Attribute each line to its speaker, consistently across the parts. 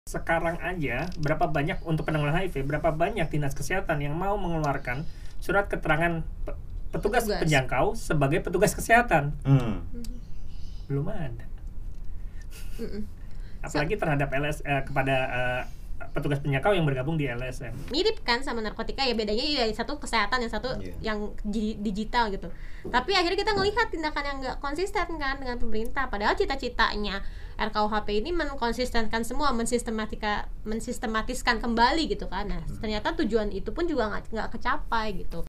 Speaker 1: Sekarang aja berapa banyak untuk penanggulangan HIV, berapa banyak dinas kesehatan yang mau mengeluarkan surat keterangan petugas penjangkau sebagai petugas kesehatan. Belum ada. Apalagi terhadap kepada petugas penjangkau yang bergabung di LSM.
Speaker 2: Mirip kan sama narkotika ya, bedanya ya satu kesehatan, yang satu yang digital gitu. Tapi akhirnya kita ngelihat tindakan yang nggak konsisten kan dengan pemerintah. Padahal cita-citanya RKUHP ini menkonsistenkan semua, mensistematiskan kembali gitu kan. Nah, ternyata tujuan itu pun juga nggak kecapai gitu.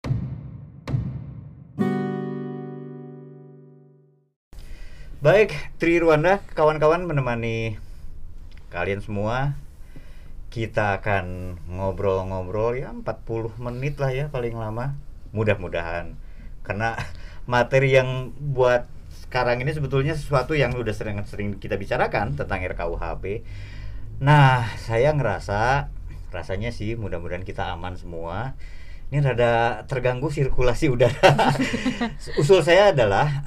Speaker 3: Baik, Tri Rwanda, kawan-kawan menemani kalian semua. Kita akan ngobrol-ngobrol ya 40 menit lah ya paling lama. Mudah-mudahan. Karena materi yang buat sekarang ini sebetulnya sesuatu yang udah sering kita bicarakan tentang RKUHP. Nah, saya rasanya sih mudah-mudahan kita aman semua. Ini rada terganggu sirkulasi udara. Usul saya adalah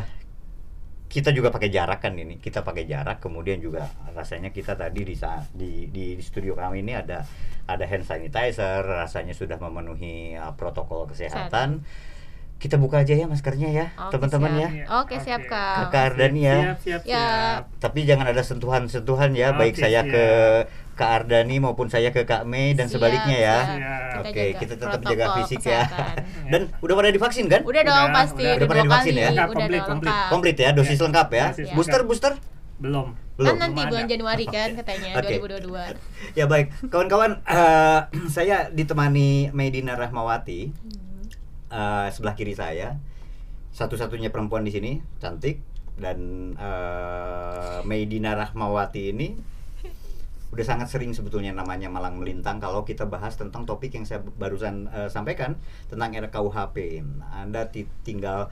Speaker 3: kita juga pakai jarak kan ini. Kita pakai jarak, kemudian juga rasanya kita tadi di studio kami ini ada hand sanitizer, rasanya sudah memenuhi protokol kesehatan. Kita buka aja ya maskernya ya, teman-teman ya.
Speaker 2: Oke, siap Kak.
Speaker 3: Kakak Ardani ya.
Speaker 1: Siap.
Speaker 3: Tapi jangan ada sentuhan-sentuhan ya, baik saya ke Kak Ardani maupun saya ke Kak Mei dan sebaliknya ya. Oke, kita tetap jaga fisik ya. Dan udah pada divaksin kan?
Speaker 2: Udah dong pasti.
Speaker 3: Udah pada divaksin ya?
Speaker 1: Komplit
Speaker 3: ya, dosis lengkap ya. Booster?
Speaker 1: Belum.
Speaker 2: Kan nanti bulan Januari kan katanya, 2022.
Speaker 3: Ya baik, kawan-kawan, saya ditemani Medina Rahmawati. Sebelah kiri saya, satu-satunya perempuan di sini, cantik, dan Medina Rahmawati ini udah sangat sering sebetulnya namanya malang melintang kalau kita bahas tentang topik yang saya barusan sampaikan tentang RKUHP. Anda tinggal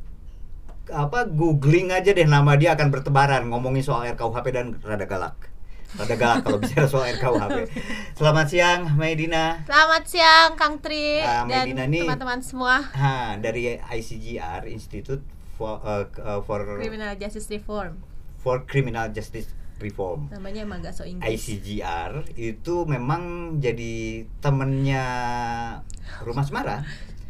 Speaker 3: googling aja deh, nama dia akan bertebaran ngomongin soal RKUHP dan rada galak kalau bicara soal RKUHP. Selamat siang Medina.
Speaker 2: Selamat siang Kang Tri dan teman-teman semua.
Speaker 3: Dari ICGR, Institute for
Speaker 2: Criminal Justice Reform.
Speaker 3: For Criminal Justice Reform.
Speaker 2: Namanya emang agak so Inggris.
Speaker 3: ICGR itu memang jadi temennya Rumah Semara.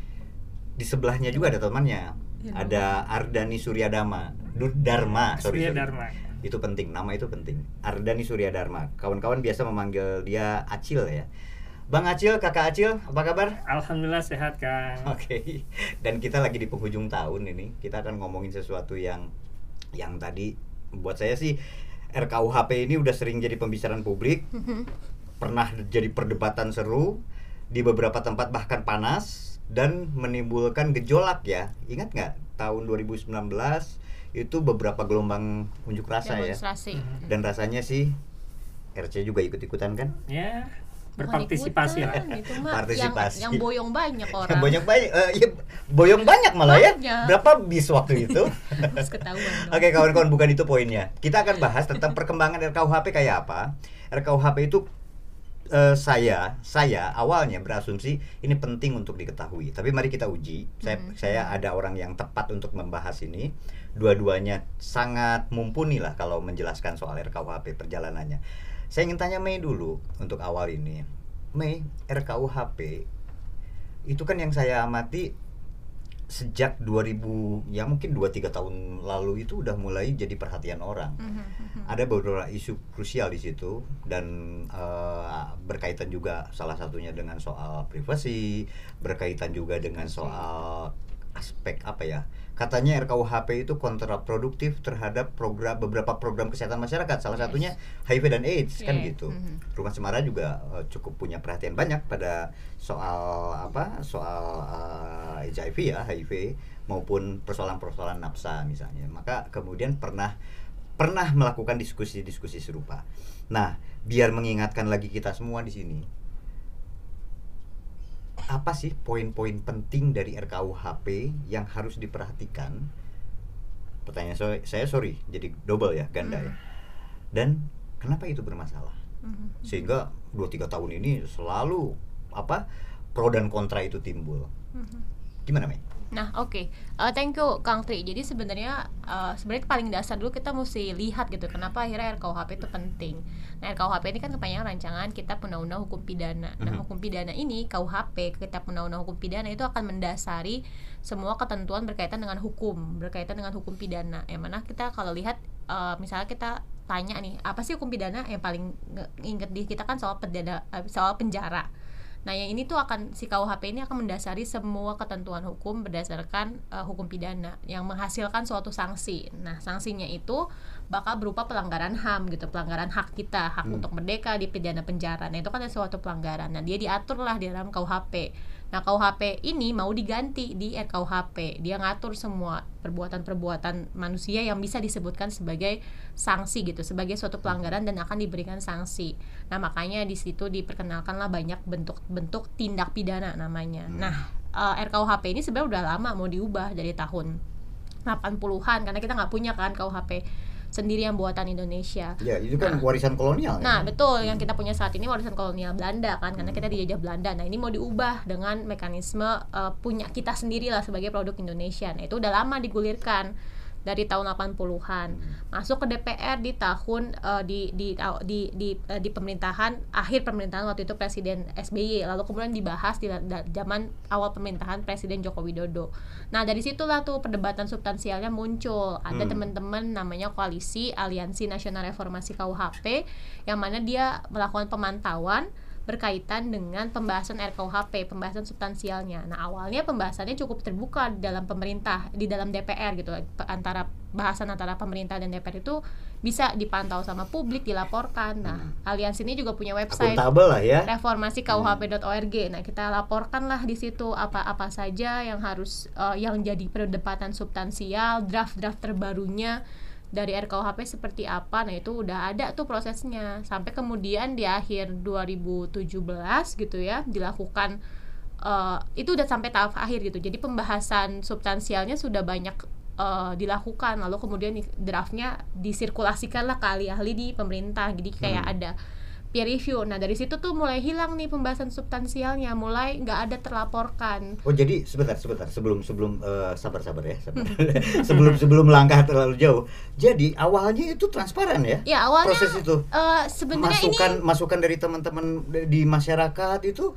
Speaker 3: Di sebelahnya juga ada temannya. Ada Ardani Suryadharma. Suryadharma. Itu penting, nama itu penting. Ardani Suryadharma. Kawan-kawan biasa memanggil dia Acil ya. Bang Acil, Kakak Acil, apa kabar?
Speaker 1: Alhamdulillah sehat, Kang.
Speaker 3: Oke. Dan kita lagi di penghujung tahun ini. Kita akan ngomongin sesuatu yang tadi buat saya sih RKUHP ini udah sering jadi pembicaraan publik. Pernah jadi perdebatan seru di beberapa tempat, bahkan panas dan menimbulkan gejolak ya. Ingat nggak tahun 2019 itu beberapa gelombang unjuk rasa ya. Dan rasanya sih RC juga ikut-ikutan kan?
Speaker 1: Ya, berpartisipasi lah.
Speaker 3: Partisipasi.
Speaker 2: Yang boyong banyak orang.
Speaker 3: Boyong banyak malah ya. Berapa bis waktu itu?
Speaker 2: Harus ketahuan.
Speaker 3: Oke, kawan-kawan, bukan itu poinnya. Kita akan bahas tentang perkembangan RKUHP kayak apa. RKUHP itu saya awalnya berasumsi ini penting untuk diketahui. Tapi mari kita uji. Saya ada orang yang tepat untuk membahas ini. Dua-duanya sangat mumpuni lah kalau menjelaskan soal RKUHP perjalanannya. Saya ingin tanya Mei dulu untuk awal ini. Mei, RKUHP itu kan yang saya amati sejak 2000, ya mungkin 2-3 tahun lalu itu udah mulai jadi perhatian orang. Ada beberapa isu krusial di situ dan berkaitan juga salah satunya dengan soal privasi, berkaitan juga dengan soal aspek katanya RKUHP itu kontraproduktif terhadap beberapa program kesehatan masyarakat, salah satunya HIV dan AIDS kan gitu. Rumah Semara juga cukup punya perhatian banyak pada soal HIV ya, HIV maupun persoalan-persoalan nafsa misalnya. Maka kemudian pernah melakukan diskusi-diskusi serupa. Nah, biar mengingatkan lagi kita semua di sini, apa sih poin-poin penting dari RKUHP yang harus diperhatikan? Pertanyaan saya jadi double ya, ganda ya. Dan kenapa itu bermasalah? Sehingga 2-3 tahun ini selalu pro dan kontra itu timbul. Gimana, Mei?
Speaker 2: Nah, oke. Thank you Kang Tri. Jadi sebenarnya paling dasar dulu kita mesti lihat gitu kenapa akhirnya RKUHP itu penting. Nah, RKUHP ini kan kepanjangan rancangan Kitab Undang-Undang Hukum Pidana. Nah, hukum pidana ini KUHP, Kitab Undang-Undang Hukum Pidana itu akan mendasari semua ketentuan berkaitan dengan hukum pidana. Yang mana kita kalau lihat misalnya kita tanya nih, apa sih hukum pidana? Yang paling inget di kita kan soal penjara. Nah, yang ini tuh si KUHP ini akan mendasari semua ketentuan hukum berdasarkan hukum pidana yang menghasilkan suatu sanksi. Nah, sanksinya itu bakal berupa pelanggaran HAM gitu, pelanggaran hak kita, hak untuk merdeka, dipidana penjara. Nah, itu kan ada suatu pelanggaran. Nah, dia diatur lah di dalam KUHP. Nah, KUHP ini mau diganti di RKUHP. Dia ngatur semua perbuatan-perbuatan manusia yang bisa disebutkan sebagai sanksi gitu, sebagai suatu pelanggaran dan akan diberikan sanksi. Nah, makanya di situ diperkenalkanlah banyak bentuk tindak pidana namanya. Nah, RKUHP ini sebenarnya udah lama mau diubah dari tahun 80-an karena kita nggak punya kan KUHP sendiri yang buatan Indonesia.
Speaker 3: Ya, itu kan warisan kolonial.
Speaker 2: Nah, betul, yang kita punya saat ini warisan kolonial Belanda kan, karena kita dijajah Belanda. Nah, ini mau diubah dengan mekanisme punya kita sendiri lah sebagai produk Indonesia. Nah, itu udah lama digulirkan dari tahun 80-an. Masuk ke DPR di tahun di pemerintahan akhir pemerintahan waktu itu Presiden SBY, lalu kemudian dibahas di zaman awal pemerintahan Presiden Joko Widodo. Nah, dari situlah tuh perdebatan substansialnya muncul. Ada teman-teman namanya Koalisi Aliansi Nasional Reformasi KUHP yang mana dia melakukan pemantauan berkaitan dengan pembahasan RKUHP, pembahasan substansialnya. Nah, awalnya pembahasannya cukup terbuka di dalam pemerintah, di dalam DPR gitu. Bahasan antara pemerintah dan DPR itu bisa dipantau sama publik, dilaporkan. Nah, aliansi ini juga punya website
Speaker 3: akuntabel lah ya,
Speaker 2: reformasikuhp.org. Nah, kita laporkanlah di situ apa saja yang harus yang jadi perdebatan substansial, draft-draft terbarunya dari RKUHP seperti apa. Nah, itu udah ada tuh prosesnya sampai kemudian di akhir 2017 gitu ya dilakukan itu udah sampai tahap akhir gitu. Jadi pembahasan substansialnya sudah banyak dilakukan, lalu kemudian draftnya disirkulasikan lah ke ahli-ahli di pemerintah. Jadi kayak ada peer review. Nah, dari situ tuh mulai hilang nih pembahasan substansialnya, mulai nggak ada terlaporkan.
Speaker 3: Oh, jadi sebentar sebelum sabar ya. sebelum langkah terlalu jauh. Jadi awalnya itu transparan ya?
Speaker 2: Ya, awalnya
Speaker 3: proses itu.
Speaker 2: Sebenarnya
Speaker 3: masukan dari teman-teman di masyarakat itu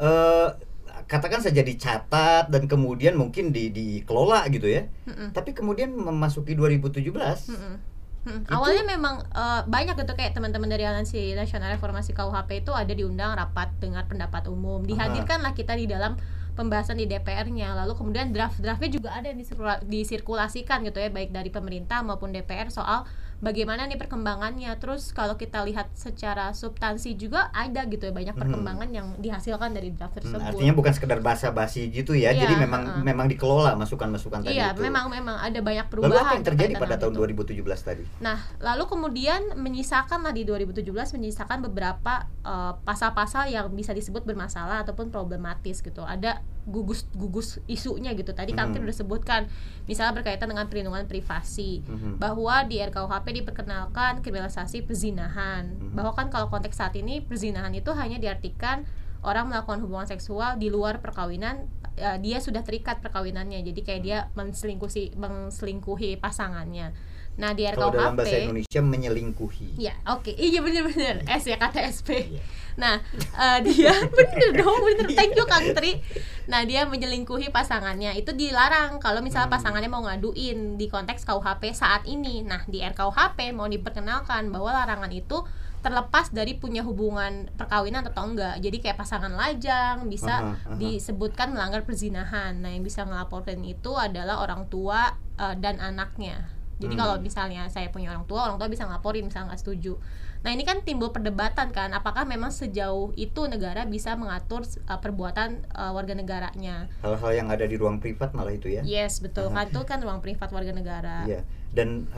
Speaker 3: katakan saja dicatat dan kemudian mungkin dikelola gitu ya. Tapi kemudian memasuki 2017
Speaker 2: awalnya memang banyak gitu kayak teman-teman dari Aliansi Nasional Reformasi KUHP itu ada diundang rapat dengar pendapat umum, dihadirkanlah kita di dalam pembahasan di DPR-nya, lalu kemudian draft-draftnya juga ada yang disirkulasikan gitu ya, baik dari pemerintah maupun DPR soal bagaimana nih perkembangannya. Terus kalau kita lihat secara substansi juga ada gitu ya, banyak perkembangan yang dihasilkan dari draft tersebut.
Speaker 3: Artinya bukan sekedar basa-basi gitu ya, jadi memang dikelola masukan-masukan tadi itu.
Speaker 2: Iya, memang ada banyak perubahan.
Speaker 3: Lalu apa yang terjadi pada tahun 2017 tadi?
Speaker 2: Nah, lalu kemudian menyisakan di 2017 menyisakan beberapa pasal-pasal yang bisa disebut bermasalah ataupun problematis gitu. Ada gugus isunya gitu. Tadi Kang Tri udah sebutkan, misalnya berkaitan dengan perlindungan privasi, bahwa di RKUHP diperkenalkan kriminalisasi perzinahan. Bahwa kan kalau konteks saat ini perzinahan itu hanya diartikan orang melakukan hubungan seksual di luar perkawinan, dia sudah terikat perkawinannya. Jadi kayak dia menselingkuhi pasangannya. Nah, di RKUHP
Speaker 3: kalau dalam bahasa Indonesia menyelingkuhi.
Speaker 2: Ya, oke. Iya benar-benar. S ya, kata SP. Nah, dia bener. Thank you Kang Tri. Nah, dia menyelingkuhi pasangannya itu dilarang kalau misalnya pasangannya mau ngaduin di konteks KUHP saat ini. Nah, di RKUHP mau diperkenalkan bahwa larangan itu terlepas dari punya hubungan perkawinan atau enggak. Jadi kayak pasangan lajang bisa disebutkan melanggar perzinahan. Nah, yang bisa ngelaporkan itu adalah orang tua dan anaknya. Jadi kalau misalnya saya punya orang tua bisa ngelaporin misalnya nggak setuju. Nah, ini kan timbul perdebatan kan, apakah memang sejauh itu negara bisa mengatur perbuatan warga negaranya.
Speaker 3: Hal-hal yang ada di ruang privat malah itu ya.
Speaker 2: Yes, betul. Kan itu kan ruang privat warga negara.
Speaker 3: Iya. Dan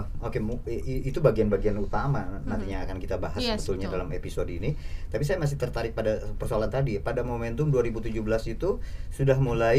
Speaker 3: itu bagian-bagian utama nantinya akan kita bahas sebetulnya dalam episode ini. Tapi saya masih tertarik pada persoalan tadi. Pada momentum 2017 itu sudah mulai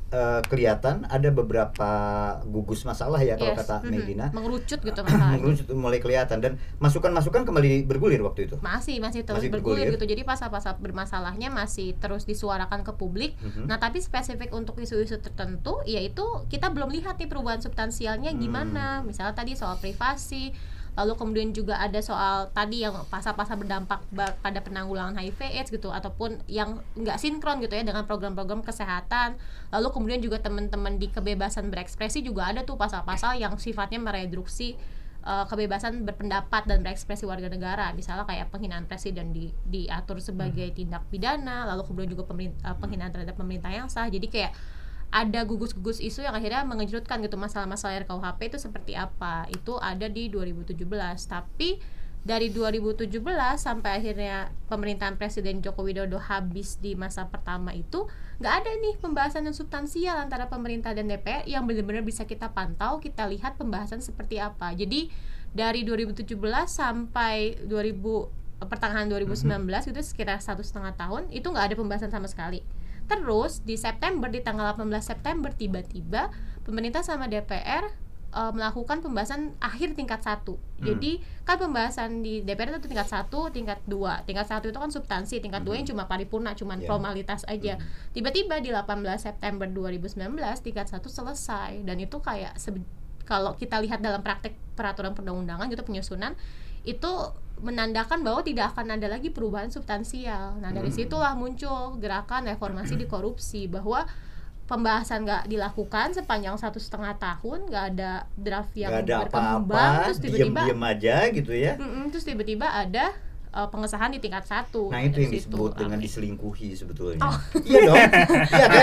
Speaker 3: kelihatan ada beberapa gugus masalah ya kalau kata Medina.
Speaker 2: Mengerucut gitu masalahnya.
Speaker 3: Mengerucut mulai kelihatan dan masukan-masukan kembali bergulir waktu itu.
Speaker 2: Masih terus bergulir gitu. Jadi pasal-pasal bermasalahnya masih terus disuarakan ke publik. Nah, tapi spesifik untuk isu-isu tertentu yaitu kita belum lihat nih perubahan substansialnya gimana. Misalnya tadi soal privasi, lalu kemudian juga ada soal tadi yang pasal-pasal berdampak pada penanggulangan HIV/AIDS gitu, ataupun yang nggak sinkron gitu ya dengan program-program kesehatan. Lalu kemudian juga teman-teman di kebebasan berekspresi juga ada tuh pasal-pasal yang sifatnya mereduksi kebebasan berpendapat dan berekspresi warga negara, misalnya kayak penghinaan presiden diatur sebagai tindak pidana, lalu kemudian juga penghinaan terhadap pemerintah yang sah. Jadi kayak ada gugus-gugus isu yang akhirnya mengejutkan gitu, masalah-masalah RKUHP itu seperti apa. Itu ada di 2017. Tapi dari 2017 sampai akhirnya pemerintahan Presiden Joko Widodo habis di masa pertama itu nggak ada nih pembahasan yang substansial antara pemerintah dan DPR yang benar-benar bisa kita pantau, kita lihat pembahasan seperti apa. Jadi dari 2017 sampai pertengahan 2019 itu sekitar 1,5 tahun itu nggak ada pembahasan sama sekali. Terus di September, di tanggal 18 September tiba-tiba pemerintah sama DPR melakukan pembahasan akhir tingkat 1. Jadi kan pembahasan di DPR itu tingkat 1, tingkat 2. Tingkat 1 itu kan substansi, tingkat 2 yang cuma paripurna, cuma formalitas aja. Tiba-tiba di 18 September 2019 tingkat 1 selesai. Dan itu kayak kalau kita lihat dalam praktek peraturan perundang-undangan gitu, penyusunan itu menandakan bahwa tidak akan ada lagi perubahan substansial. Nah, dari situlah muncul gerakan reformasi di korupsi, bahwa pembahasan nggak dilakukan sepanjang 1,5 tahun, nggak ada draft yang berkembang, terus tiba-tiba
Speaker 3: diam aja gitu ya.
Speaker 2: Terus tiba-tiba ada pengesahan di tingkat 1.
Speaker 3: Nah, itu yang disebut dengan diselingkuhi sebetulnya. Iya dong. Iya kan?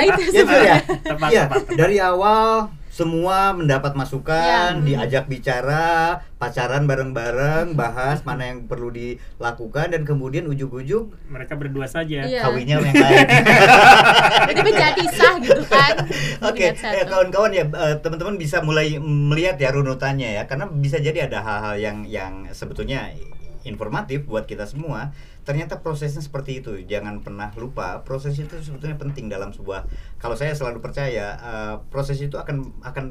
Speaker 3: Iya, dari awal semua mendapat masukan, diajak bicara, pacaran bareng-bareng, bahas mana yang perlu dilakukan, dan kemudian ujug-ujug
Speaker 1: mereka berdua saja
Speaker 3: kawinnya yang lain.
Speaker 2: Jadi menjadi sah gitu kan.
Speaker 3: Oke, kawan-kawan ya, teman-teman bisa mulai melihat ya runutannya ya, karena bisa jadi ada hal-hal yang sebetulnya informatif buat kita semua. Ternyata prosesnya seperti itu. Jangan pernah lupa, proses itu sebetulnya penting dalam sebuah, kalau saya selalu percaya proses itu akan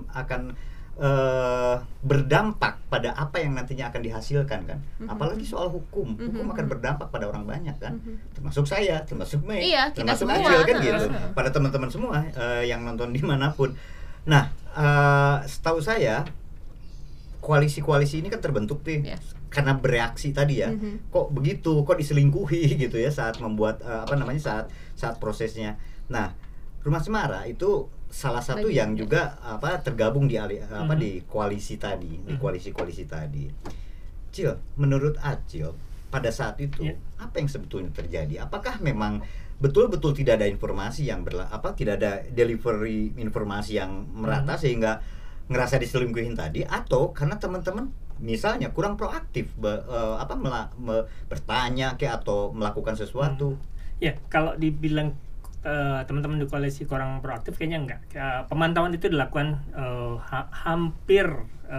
Speaker 3: berdampak pada apa yang nantinya akan dihasilkan kan. Apalagi soal hukum akan berdampak pada orang banyak kan, termasuk saya, termasuk Mei, termasuk Acil kan gitu, pada teman-teman semua yang nonton dimanapun. Nah, setahu saya koalisi-koalisi ini kan terbentuk nih karena bereaksi tadi ya. Kok begitu, kok diselingkuhi gitu ya saat membuat saat prosesnya. Nah, Rumah Cemara itu salah satu yang juga tergabung di di koalisi tadi, di koalisi-koalisi tadi. Cil, menurut Acil pada saat itu apa yang sebetulnya terjadi? Apakah memang betul-betul tidak ada informasi yang tidak ada delivery informasi yang merata sehingga ngerasa diselingkuhin tadi, atau karena teman-teman misalnya kurang proaktif bertanya atau melakukan sesuatu?
Speaker 1: Ya, kalau dibilang teman-teman di koalisi kurang proaktif, kayaknya enggak. Pemantauan itu dilakukan hampir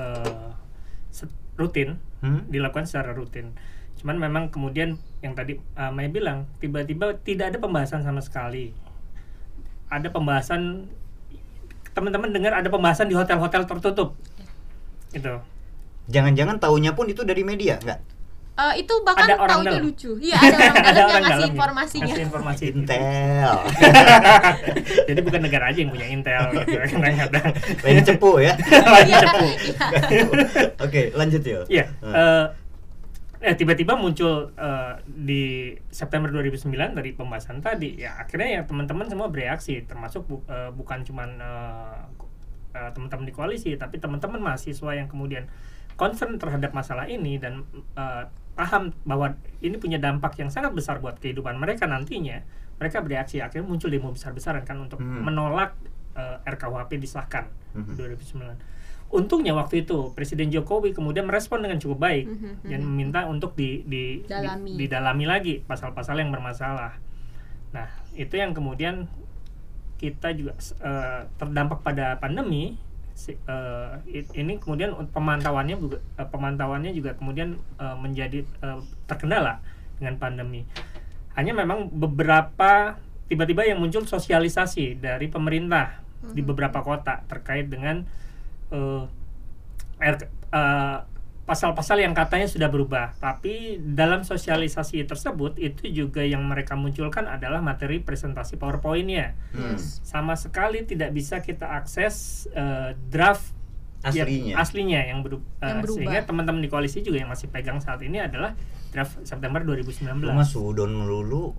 Speaker 1: rutin, dilakukan secara rutin. Cuman memang kemudian yang tadi Maya bilang, tiba-tiba tidak ada pembahasan sama sekali. Ada pembahasan, teman-teman dengar ada pembahasan di hotel-hotel tertutup. Itu.
Speaker 3: Jangan-jangan taunya pun itu dari media, enggak?
Speaker 2: Itu bahkan taunya lucu. Iya, ada orang dalam yang ngasih informasinya.
Speaker 1: Ngasih informasi
Speaker 3: intel.
Speaker 1: Jadi bukan negara aja yang punya intel gitu. Kadang-kadang.
Speaker 3: Lain cepu ya.
Speaker 1: Lain cepu.
Speaker 3: Oke, lanjut ya.
Speaker 1: Iya. Tiba-tiba muncul di September 2009 dari pembahasan tadi. Ya akhirnya ya teman-teman semua bereaksi, termasuk bukan cuman teman-teman di koalisi, tapi teman-teman mahasiswa yang kemudian concern terhadap masalah ini dan paham bahwa ini punya dampak yang sangat besar buat kehidupan mereka nantinya. Mereka bereaksi, akhirnya muncul demo besar-besaran kan untuk menolak RKUHP disahkan 2009. Untungnya waktu itu Presiden Jokowi kemudian merespon dengan cukup baik dan meminta untuk didalami lagi pasal-pasal yang bermasalah. Nah, itu yang kemudian kita juga terdampak pada pandemi. Ini kemudian pemantauannya juga kemudian menjadi terkendala dengan pandemi. Hanya memang beberapa tiba-tiba yang muncul sosialisasi dari pemerintah di beberapa kota terkait dengan pasal-pasal yang katanya sudah berubah, tapi dalam sosialisasi tersebut itu juga yang mereka munculkan adalah materi presentasi PowerPoint-nya. Sama sekali tidak bisa kita akses draft aslinya yang berubah. Sehingga teman-teman di koalisi juga yang masih pegang saat ini adalah draft September 2019.
Speaker 3: Mas sudon melulu.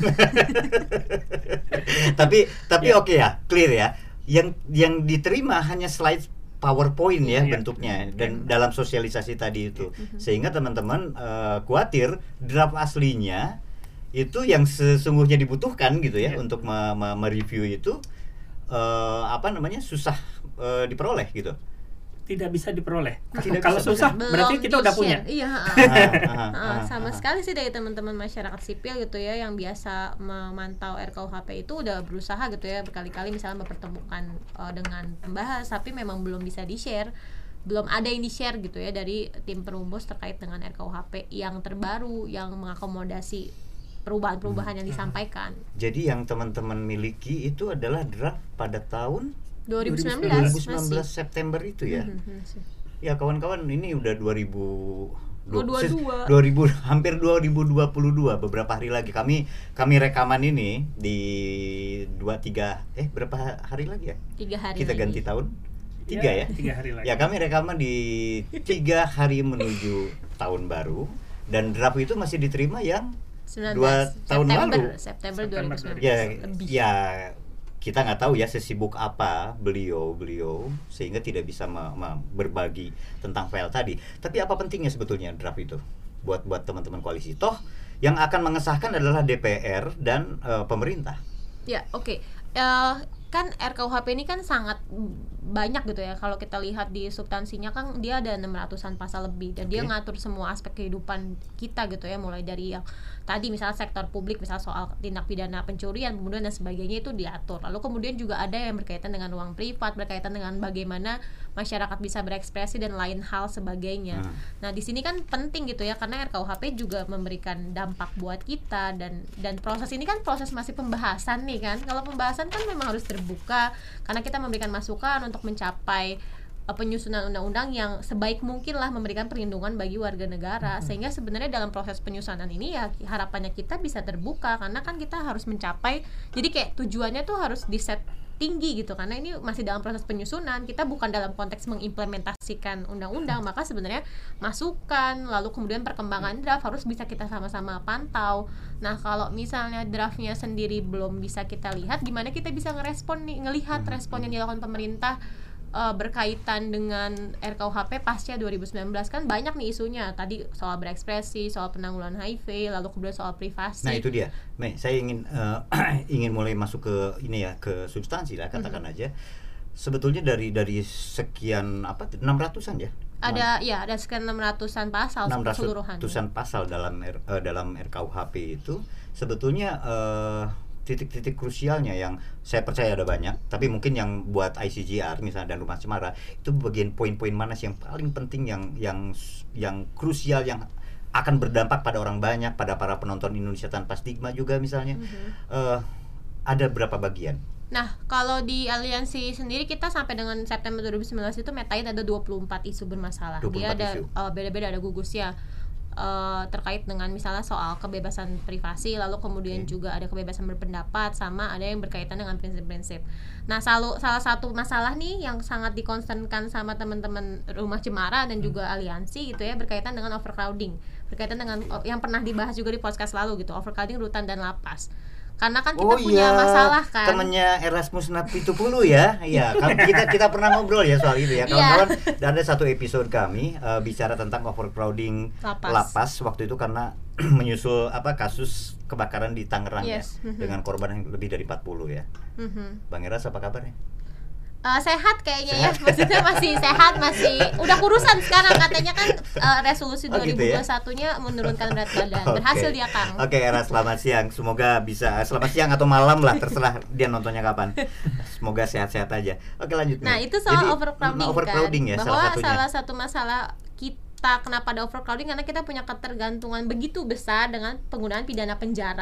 Speaker 3: tapi oke ya, clear ya. Yang diterima hanya slide PowerPoint ya bentuknya dan dalam sosialisasi tadi itu, sehingga teman-teman khawatir draft aslinya itu yang sesungguhnya dibutuhkan gitu ya untuk mereview itu susah diperoleh gitu.
Speaker 1: Tidak bisa diperoleh. Kalau susah berarti kita udah punya.
Speaker 2: Iya. Sama sekali sih dari teman-teman masyarakat sipil gitu ya yang biasa memantau RKUHP itu udah berusaha gitu ya berkali-kali misalnya mempertemukan dengan pembahas, tapi memang belum bisa di-share. Belum ada yang di-share gitu ya dari tim perumus terkait dengan RKUHP yang terbaru yang mengakomodasi perubahan-perubahan yang disampaikan.
Speaker 3: Jadi yang teman-teman miliki itu adalah draft pada tahun
Speaker 2: 2019
Speaker 3: September itu ya. Ya kawan-kawan, ini udah 2022 hampir 2022. Beberapa hari lagi kami rekaman ini di 2-3 berapa hari lagi ya?
Speaker 2: 3 hari.
Speaker 3: Kita
Speaker 2: lagi.
Speaker 3: Ganti tahun? 3 ya?
Speaker 1: 3 hari lagi.
Speaker 3: Ya kami rekaman di 3 hari menuju tahun baru dan draft itu masih diterima yang 2 tahun lalu.
Speaker 2: September 2019.
Speaker 3: Ya kita nggak tahu ya sesibuk apa beliau sehingga tidak bisa berbagi tentang file tadi. Tapi apa pentingnya sebetulnya draft itu buat teman-teman koalisi? Toh yang akan mengesahkan adalah DPR dan pemerintah.
Speaker 2: Ya, oke. Kan RKUHP ini kan sangat banyak gitu ya. Kalau kita lihat di substansinya kan dia ada 600-an pasal lebih dan dia ngatur semua aspek kehidupan kita gitu ya, mulai dari yang tadi misalnya sektor publik, misalnya soal tindak pidana pencurian, pembunuhan dan sebagainya itu diatur. Lalu kemudian juga ada yang berkaitan dengan ruang privat, berkaitan dengan bagaimana masyarakat bisa berekspresi dan lain hal sebagainya. Nah, di sini kan penting gitu ya karena RKUHP juga memberikan dampak buat kita dan proses ini kan proses masih pembahasan nih kan. Kalau pembahasan kan memang harus terbuka karena kita memberikan masukan untuk mencapai penyusunan undang-undang yang sebaik mungkin lah memberikan perlindungan bagi warga negara. Sehingga sebenarnya dalam proses penyusunan ini ya harapannya kita bisa terbuka karena kan kita harus mencapai, jadi kayak tujuannya tuh harus di set tinggi gitu karena ini masih dalam proses penyusunan, kita bukan dalam konteks mengimplementasikan undang-undang, maka sebenarnya masukan lalu kemudian perkembangan draft harus bisa kita sama-sama pantau. Nah, kalau misalnya draftnya sendiri belum bisa kita lihat, gimana kita bisa ngelihat respon yang dilakukan pemerintah berkaitan dengan RKUHP pasca 2019 kan banyak nih isunya tadi soal berekspresi, soal penanggulangan HIV, lalu kemudian soal privasi.
Speaker 3: Nah itu dia, Mei, saya ingin mulai masuk ke ini ya, ke substansi lah katakan aja. Sebetulnya dari sekian 600-an ya?
Speaker 2: Ada sekian 600-an pasal keseluruhan.
Speaker 3: 600-an pasal dalam RKUHP itu sebetulnya titik-titik krusialnya yang saya percaya ada banyak, tapi mungkin yang buat ICJR misalnya dan Rumah Cemara itu bagian poin-poin mana sih yang paling penting, yang krusial, yang akan berdampak pada orang banyak, pada para penonton Indonesia Tanpa Stigma juga misalnya. Ada berapa bagian?
Speaker 2: Nah, kalau di aliansi sendiri kita sampai dengan September 2019 itu metain ada 24 isu bermasalah. Dia ada beda-beda, ada gugusnya terkait dengan misalnya soal kebebasan privasi, lalu kemudian juga ada kebebasan berpendapat, sama ada yang berkaitan dengan prinsip-prinsip. Nah, salah satu masalah nih yang sangat dikonsenkan sama teman-teman Rumah Cemara dan juga aliansi gitu ya, berkaitan dengan overcrowding, berkaitan dengan yang pernah dibahas juga di podcast lalu gitu, overcrowding rutan dan lapas. Karena kan kita punya masalah kan.
Speaker 3: Temennya Erasmus Napitupulu ya. Iya, kita pernah ngobrol ya soal itu ya. Kawan-kawan, ada satu episode kami bicara tentang overcrowding lapas waktu itu karena menyusul kasus kebakaran di Tangerang ya. Dengan korban yang lebih dari 40 ya. Bang Eras apa kabarnya?
Speaker 2: Sehat kayaknya. Sehat. Ya, maksudnya masih sehat, masih udah kurusan sekarang katanya kan resolusi 2021-nya menurunkan berat badan. Berhasil dia, Kang.
Speaker 3: Oke, Eras, selamat siang. Semoga bisa selamat siang atau malam lah, terserah dia nontonnya kapan. Semoga sehat-sehat aja. Oke, lanjut.
Speaker 2: Nah, itu soal overcrowding kan.
Speaker 3: Ya,
Speaker 2: bahwa salah satu masalah kita kenapa ada overcrowding karena kita punya ketergantungan begitu besar dengan penggunaan pidana penjara.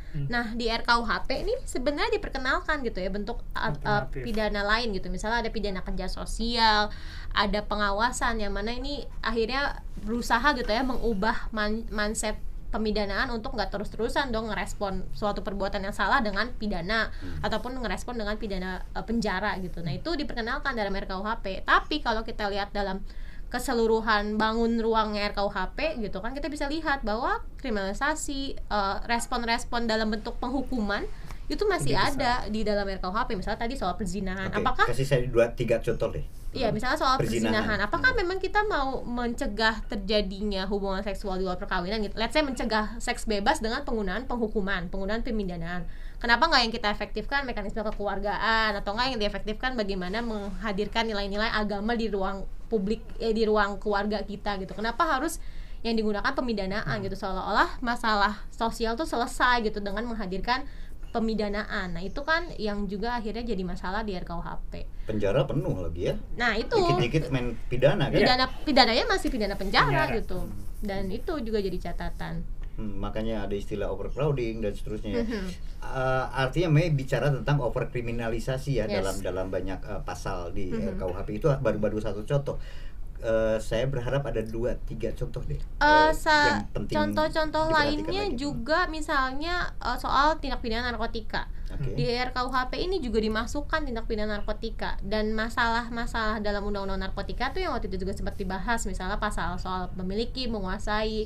Speaker 2: Nah di RKUHP ini sebenarnya diperkenalkan gitu ya bentuk pidana lain gitu, misalnya ada pidana kerja sosial, ada pengawasan, yang mana ini akhirnya berusaha gitu ya mengubah mindset pemidanaan untuk nggak terus-terusan dong ngerespon suatu perbuatan yang salah dengan pidana ataupun ngerespon dengan pidana penjara gitu. Nah itu diperkenalkan dalam RKUHP. Tapi kalau kita lihat dalam keseluruhan bangun ruangnya RKUHP gitu kan, kita bisa lihat bahwa kriminalisasi, respon-respon dalam bentuk penghukuman itu masih ada di dalam RKUHP. Misalnya tadi soal perzinahan, apakah
Speaker 3: kasih saya 2-3 contoh deh.
Speaker 2: Iya, misalnya soal perzinahan, apakah memang kita mau mencegah terjadinya hubungan seksual di luar perkawinan gitu? Let's say mencegah seks bebas dengan penggunaan penghukuman, penggunaan pemindanaan. Kenapa nggak yang kita efektifkan mekanisme kekeluargaan, atau nggak yang diefektifkan bagaimana menghadirkan nilai-nilai agama di ruang publik, di ruang keluarga kita gitu? Kenapa harus yang digunakan pemidanaan gitu, seolah-olah masalah sosial tuh selesai gitu dengan menghadirkan pemidanaan. Nah itu kan yang juga akhirnya jadi masalah di RKUHP.
Speaker 3: Penjara penuh lagi ya.
Speaker 2: Nah itu
Speaker 3: dikit-dikit main pidana kan.
Speaker 2: Pidananya masih pidana penjara gitu. Dan itu juga jadi catatan.
Speaker 3: Makanya ada istilah overcrowding dan seterusnya. Artinya Mei bicara tentang overkriminalisasi ya, dalam banyak pasal di RKUHP. Itu baru satu contoh. Saya berharap ada 2-3 contoh deh.
Speaker 2: Contoh-contoh lainnya juga misalnya soal tindak pidana narkotika. Di RKUHP ini juga dimasukkan tindak pidana narkotika, dan masalah-masalah dalam undang-undang narkotika tuh yang waktu itu juga sempat dibahas, misalnya pasal soal memiliki, menguasai,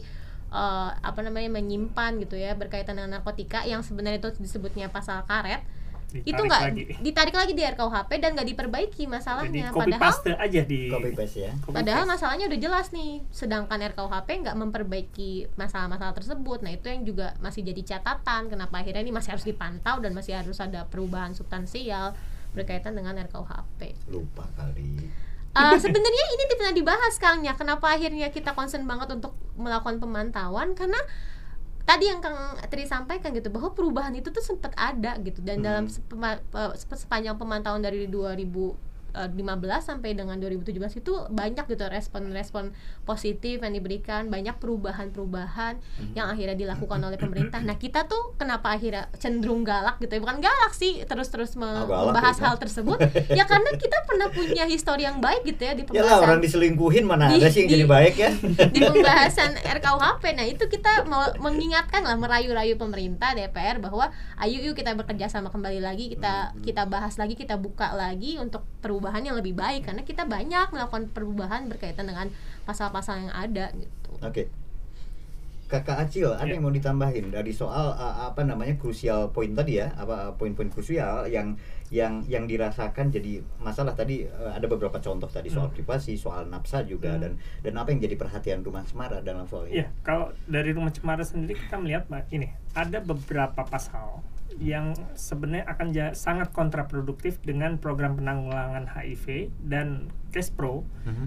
Speaker 2: menyimpan gitu ya berkaitan dengan narkotika, yang sebenarnya itu disebutnya pasal karet. Itu nggak ditarik lagi di RKUHP dan nggak diperbaiki masalahnya.
Speaker 1: Jadi copy paste aja di
Speaker 3: copy paste ya.
Speaker 2: Padahal masalahnya udah jelas nih, sedangkan RKUHP nggak memperbaiki masalah-masalah tersebut. Nah itu yang juga masih jadi catatan, kenapa akhirnya ini masih harus dipantau dan masih harus ada perubahan substansial berkaitan dengan RKUHP.
Speaker 3: Lupa kali.
Speaker 2: Sebenarnya ini pernah dibahas Kang ya, kenapa akhirnya kita concern banget untuk melakukan pemantauan, karena tadi yang Kang Tri sampaikan gitu, bahwa perubahan itu tuh sempat ada gitu, dan dalam sepanjang pemantauan dari 2015 sampai dengan 2017 itu banyak gitu respon-respon positif yang diberikan, banyak perubahan-perubahan yang akhirnya dilakukan oleh pemerintah. Nah kita tuh kenapa akhirnya cenderung galak gitu ya, bukan galak sih, terus-terus membahas hal tersebut ya karena kita pernah punya histori yang baik gitu ya di pembahasan.
Speaker 3: Yalah, orang diselingkuhin mana ada sih yang jadi baik ya.
Speaker 2: Di pembahasan RKUHP. Nah itu kita mau mengingatkan lah, merayu-rayu pemerintah, DPR, bahwa ayo yuk kita bekerja sama kembali lagi, kita bahas lagi, kita buka lagi untuk perubahan yang lebih baik, karena kita banyak melakukan perubahan berkaitan dengan pasal-pasal yang ada gitu.
Speaker 3: Oke. Kakak Acil, ada yang mau ditambahin dari soal krusial poin tadi ya, poin-poin krusial yang dirasakan jadi masalah tadi. Ada beberapa contoh tadi soal privasi, soal nafsa juga, dan apa yang jadi perhatian Rumah Cemara dalam soal ini.
Speaker 1: Iya, kalau dari Rumah Cemara sendiri kita melihat ini ada beberapa pasal yang sebenarnya akan sangat kontraproduktif dengan program penanggulangan HIV dan Kespro.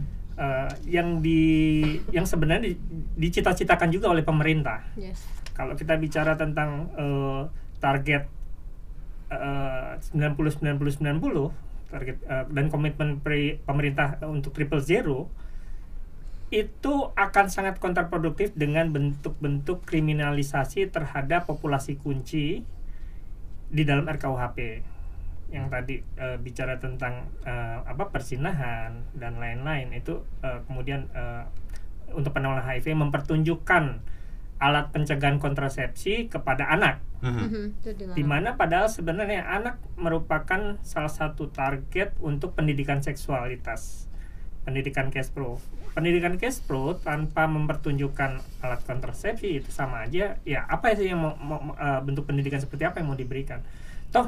Speaker 1: Yang sebenarnya dicita-citakan juga oleh pemerintah. Kalau kita bicara tentang target 90-90-90 target dan komitmen pemerintah untuk 000, itu akan sangat kontraproduktif dengan bentuk-bentuk kriminalisasi terhadap populasi kunci di dalam RKUHP yang tadi bicara tentang perzinahan dan lain-lain. Itu kemudian untuk penanggulangan HIV mempertunjukkan alat pencegahan kontrasepsi kepada anak, di mana padahal sebenarnya anak merupakan salah satu target untuk pendidikan seksualitas, pendidikan Kespro. Pendidikan Kespro tanpa mempertunjukkan alat kontrasepsi itu sama aja ya, apa sih yang mau bentuk pendidikan seperti apa yang mau diberikan? Toh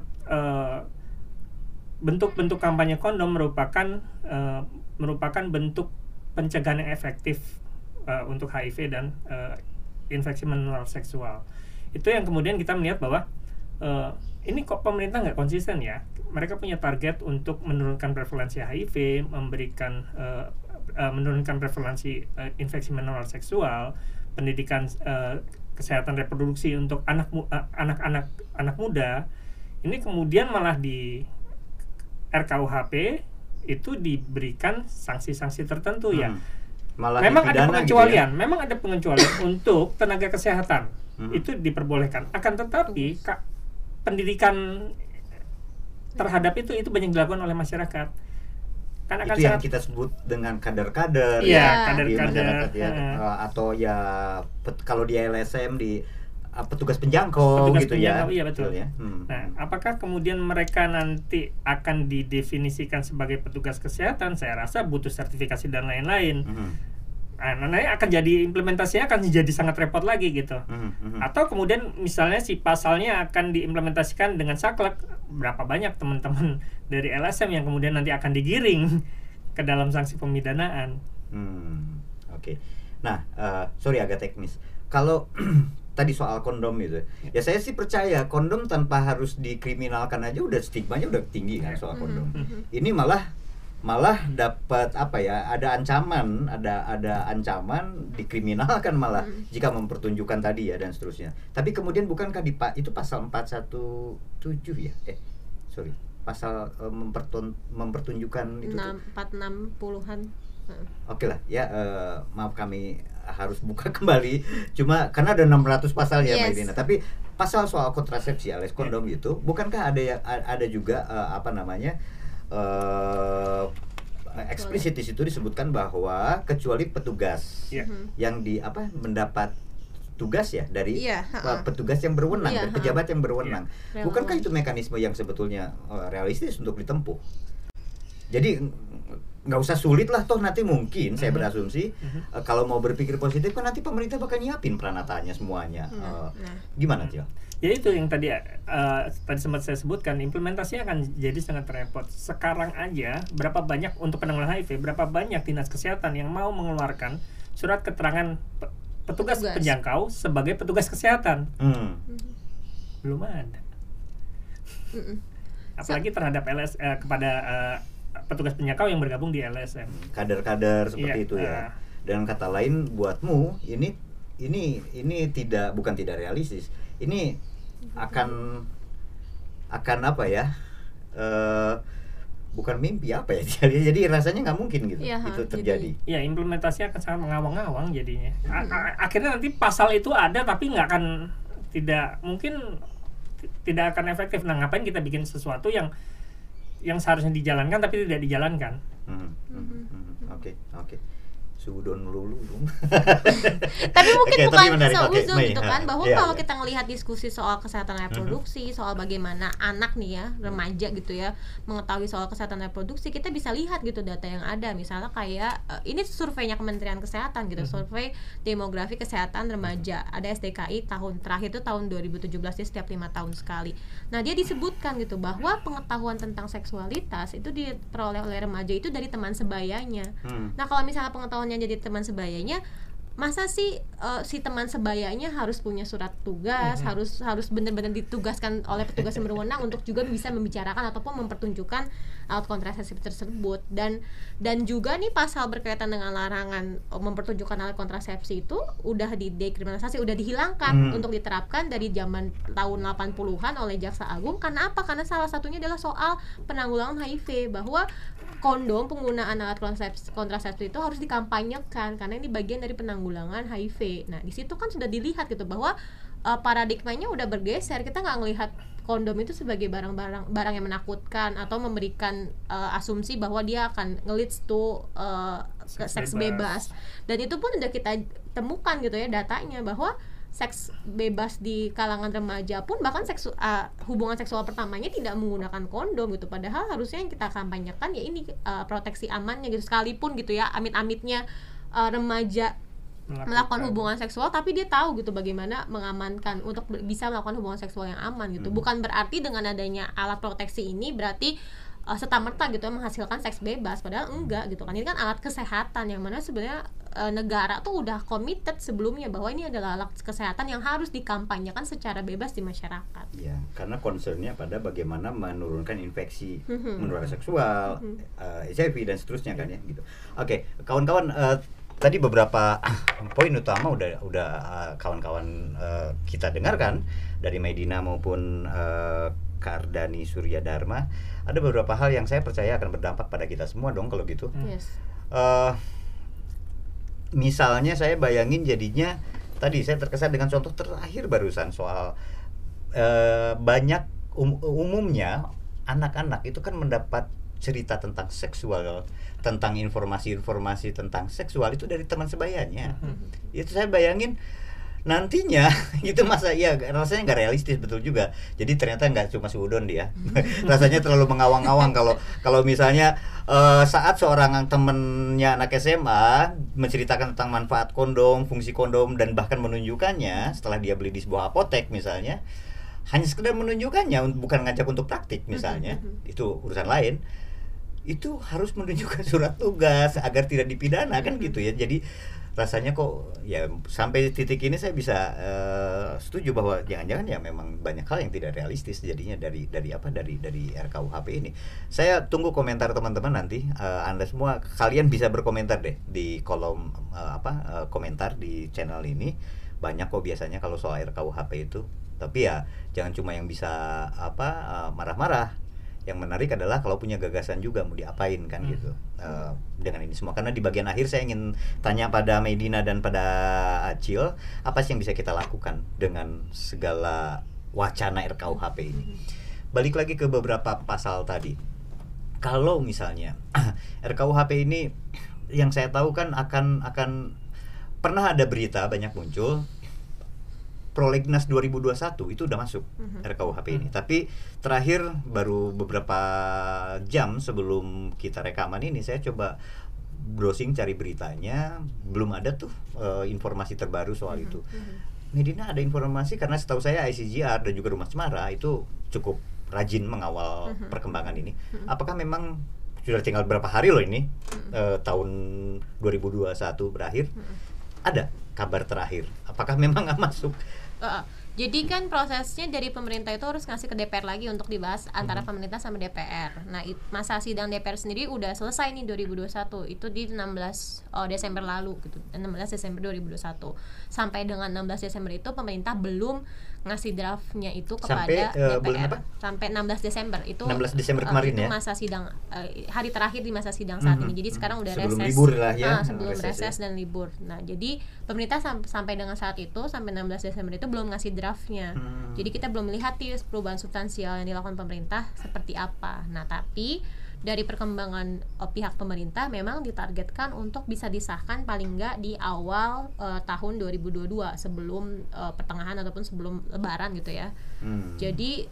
Speaker 1: bentuk-bentuk kampanye kondom merupakan bentuk pencegahan yang efektif untuk HIV dan infeksi menular seksual. Itu yang kemudian kita melihat bahwa ini kok pemerintah nggak konsisten ya. Mereka punya target untuk menurunkan prevalensi HIV, menurunkan prevalensi infeksi menular seksual, pendidikan kesehatan reproduksi untuk anak muda. Ini kemudian malah di RKUHP itu diberikan sanksi-sanksi tertentu ya. Memang ada pengecualian, untuk tenaga kesehatan. itu diperbolehkan. Akan tetapi pendidikan terhadap itu banyak dilakukan oleh masyarakat. Kan akan
Speaker 3: itu yang kita sebut dengan kader-kader
Speaker 1: kader-kader
Speaker 3: atau ya kalau di LSM di petugas penjangkau gitu ya.
Speaker 1: Iya betul.
Speaker 3: Ya.
Speaker 1: Nah, apakah kemudian mereka nanti akan didefinisikan sebagai petugas kesehatan? Saya rasa butuh sertifikasi dan lain-lain. Nah, akan jadi implementasinya akan jadi sangat repot lagi gitu. Atau kemudian misalnya si pasalnya akan diimplementasikan dengan saklek, berapa banyak teman-teman dari LSM yang kemudian nanti akan digiring ke dalam sanksi pemidanaan.
Speaker 3: Oke. Nah, sorry agak teknis. Kalau tadi soal kondom itu, ya saya sih percaya kondom tanpa harus dikriminalkan aja udah stigmanya udah tinggi kan soal kondom. Ini malah dapat ada ancaman dikriminalkan malah jika mempertunjukkan tadi ya dan seterusnya. Tapi kemudian bukankah itu pasal 417 ya? Pasal mempertunjukkan itu
Speaker 2: 460-an.
Speaker 3: Oke lah ya, maaf kami harus buka kembali cuma karena ada 600 pasal ya Mbak Dina. Tapi pasal soal kontrasepsi alias kondom itu bukankah ada juga eksplisit di situ disebutkan bahwa kecuali petugas yang mendapat tugas ya dari petugas yang berwenang dan pejabat yang berwenang. Bukankah itu mekanisme yang sebetulnya realistis untuk ditempuh? Jadi nggak usah sulit lah, toh nanti mungkin saya berasumsi kalau mau berpikir positif kan nanti pemerintah bakal nyiapin peranatanya semuanya. Gimana Cio?
Speaker 1: Ya itu yang tadi sempat saya sebutkan, implementasinya akan jadi sangat repot. Sekarang aja berapa banyak untuk penanggulangan HIV, berapa banyak dinas kesehatan yang mau mengeluarkan surat keterangan petugas penjangkau sebagai petugas kesehatan. Belum ada. Apalagi terhadap kepada petugas penjangkau yang bergabung di LSM.
Speaker 3: Kader-kader seperti itu ya. Dan kata lain buatmu ini bukan tidak realistis. Ini akan apa ya? Bukan mimpi apa ya? Jadi rasanya nggak mungkin gitu itu terjadi.
Speaker 1: Ya implementasinya akan sangat mengawang-awang jadinya. Akhirnya nanti pasal itu ada tapi tidak akan efektif. Nah, ngapain kita bikin sesuatu yang seharusnya dijalankan tapi tidak dijalankan.
Speaker 3: Oke. Sudon lulu.
Speaker 2: Tapi mungkin bukan seuzon gitu kan, bahwa kalau kita ngelihat diskusi soal kesehatan reproduksi, soal bagaimana anak nih ya, remaja gitu ya, mengetahui soal kesehatan reproduksi, kita bisa lihat gitu data yang ada. Misalnya kayak ini surveinya Kementerian Kesehatan gitu, survei demografi kesehatan remaja. Ada SDKI tahun terakhir itu tahun 2017 ya, setiap 5 tahun sekali. Nah, dia disebutkan gitu bahwa pengetahuan tentang seksualitas itu diperoleh oleh remaja itu dari teman sebayanya. Nah, kalau misalnya pengetahuan yang jadi teman sebayanya, masa sih si teman sebayanya harus punya surat tugas, harus benar-benar ditugaskan oleh petugas yang berwenang untuk juga bisa membicarakan ataupun mempertunjukkan alat kontrasepsi tersebut. Dan juga nih pasal berkaitan dengan larangan mempertunjukkan alat kontrasepsi itu udah didekriminalisasi, udah dihilangkan untuk diterapkan dari zaman tahun 80-an oleh Jaksa Agung. Karena apa? Karena salah satunya adalah soal penanggulangan HIV, bahwa kondom, penggunaan alat kontrasepsi itu harus dikampanyekan karena ini bagian dari penanggulangan HIV. Nah, di situ kan sudah dilihat gitu bahwa paradigmanya udah bergeser. Kita nggak ngelihat kondom itu sebagai barang yang menakutkan atau memberikan asumsi bahwa dia akan nge-leads to seks bebas. Dan itu pun udah kita temukan gitu ya datanya, bahwa seks bebas di kalangan remaja pun bahkan hubungan seksual pertamanya tidak menggunakan kondom gitu. Padahal harusnya yang kita kampanyekan ya ini proteksi amannya gitu, sekalipun gitu ya amit-amitnya remaja melakukan hubungan seksual, tapi dia tahu gitu bagaimana mengamankan untuk bisa melakukan hubungan seksual yang aman gitu. Bukan berarti dengan adanya alat proteksi ini berarti serta-merta gitu menghasilkan seks bebas, padahal enggak gitu kan. Ini kan alat kesehatan yang mana sebenarnya negara tuh udah committed sebelumnya bahwa ini adalah alat kesehatan yang harus dikampanyekan secara bebas di masyarakat.
Speaker 3: Ya, karena concernnya pada bagaimana menurunkan infeksi menular seksual, HIV dan seterusnya kan ya gitu. Oke, kawan-kawan, tadi beberapa poin utama udah kawan-kawan kita dengarkan dari Medina maupun Kardani Surya Dharma. Ada beberapa hal yang saya percaya akan berdampak pada kita semua dong kalau gitu.
Speaker 2: Yes.
Speaker 3: Misalnya saya bayangin jadinya tadi saya terkesan dengan contoh terakhir barusan soal banyak umumnya anak-anak itu kan mendapat cerita tentang seksual, tentang informasi-informasi tentang seksual itu dari teman sebayanya. Itu saya bayangin nantinya gitu, masa ya rasanya nggak realistis, betul juga. Jadi ternyata nggak cuma seudon dia. Rasanya terlalu mengawang-awang kalau misalnya saat seorang temennya anak SMA menceritakan tentang manfaat kondom, fungsi kondom, dan bahkan menunjukkannya setelah dia beli di sebuah apotek misalnya, hanya sekedar menunjukkannya, bukan ngajak untuk praktik misalnya, itu urusan lain. Itu harus menunjukkan surat tugas agar tidak dipidana kan gitu ya. Jadi rasanya kok ya sampai titik ini saya bisa setuju bahwa jangan-jangan ya memang banyak hal yang tidak realistis jadinya dari RKUHP ini. Saya tunggu komentar teman-teman nanti. Anda semua kalian bisa berkomentar deh di kolom komentar di channel ini. Banyak kok biasanya kalau soal RKUHP itu. Tapi ya jangan cuma yang bisa marah-marah. Yang menarik adalah kalau punya gagasan juga mau diapain kan gitu dengan ini semua. Karena di bagian akhir saya ingin tanya pada Medina dan pada Acil, apa sih yang bisa kita lakukan dengan segala wacana RKUHP ini. Balik lagi ke beberapa pasal tadi. Kalau misalnya RKUHP ini yang saya tahu kan akan pernah ada berita banyak muncul Prolegnas 2021 itu udah masuk RKUHP ini. Tapi terakhir baru beberapa jam sebelum kita rekaman ini saya coba browsing cari beritanya, belum ada tuh informasi terbaru soal itu. Medina ada informasi karena setahu saya ICGR dan juga Rumah Cemara itu cukup rajin mengawal perkembangan ini. Apakah memang sudah tinggal berapa hari loh ini tahun 2021 berakhir? Ada kabar terakhir, apakah memang nggak masuk?
Speaker 2: Jadi kan prosesnya dari pemerintah itu harus ngasih ke DPR lagi untuk dibahas antara pemerintah sama DPR. Nah, masa sidang DPR sendiri udah selesai nih 2021. Itu di 16 Desember lalu gitu. 16 Desember 2021. Sampai dengan 16 Desember itu pemerintah belum ngasih draftnya itu kepada DPR. Sampai 16 Desember itu
Speaker 3: 16 Desember kemarin itu
Speaker 2: masa sidang hari terakhir di masa sidang saat ini. Jadi sekarang udah
Speaker 3: sebelum
Speaker 2: reses.
Speaker 3: Libur lah ya.
Speaker 2: Sebelum reses dan libur. Nah, jadi pemerintah sampai dengan saat itu sampai 16 Desember itu belum ngasih draftnya. Jadi kita belum melihat perubahan substansial yang dilakukan pemerintah seperti apa. Nah, tapi dari perkembangan pihak pemerintah memang ditargetkan untuk bisa disahkan paling enggak di awal tahun 2022 sebelum pertengahan ataupun sebelum lebaran gitu ya. Jadi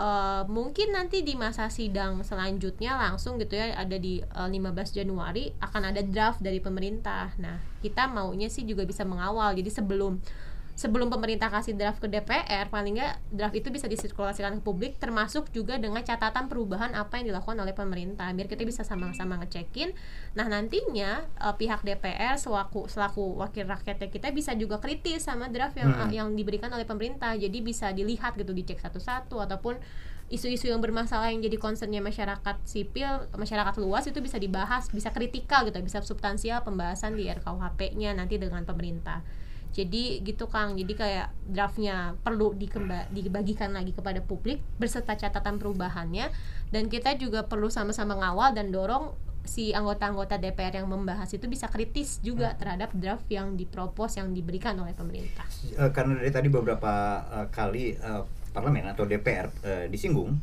Speaker 2: mungkin nanti di masa sidang selanjutnya langsung gitu ya, ada di 15 Januari akan ada draft dari pemerintah. Nah, kita maunya sih juga bisa mengawal. Jadi sebelum pemerintah kasih draft ke DPR, paling nggak draft itu bisa disirkulasikan ke publik, termasuk juga dengan catatan perubahan apa yang dilakukan oleh pemerintah, biar kita bisa sama-sama ngecekin. Nah, nantinya pihak DPR selaku wakil rakyatnya kita bisa juga kritis sama draft yang diberikan oleh pemerintah. Jadi bisa dilihat gitu, dicek satu-satu, ataupun isu-isu yang bermasalah yang jadi concernnya masyarakat sipil, masyarakat luas itu bisa dibahas, bisa kritikal gitu, bisa substansial pembahasan di RKUHP-nya nanti dengan pemerintah. Jadi gitu Kang, jadi kayak draftnya perlu dibagikan lagi kepada publik berserta catatan perubahannya, dan kita juga perlu sama-sama ngawal dan dorong si anggota-anggota DPR yang membahas itu bisa kritis juga terhadap draft yang dipropos yang diberikan oleh pemerintah.
Speaker 3: Karena dari tadi beberapa kali parlemen atau DPR disinggung,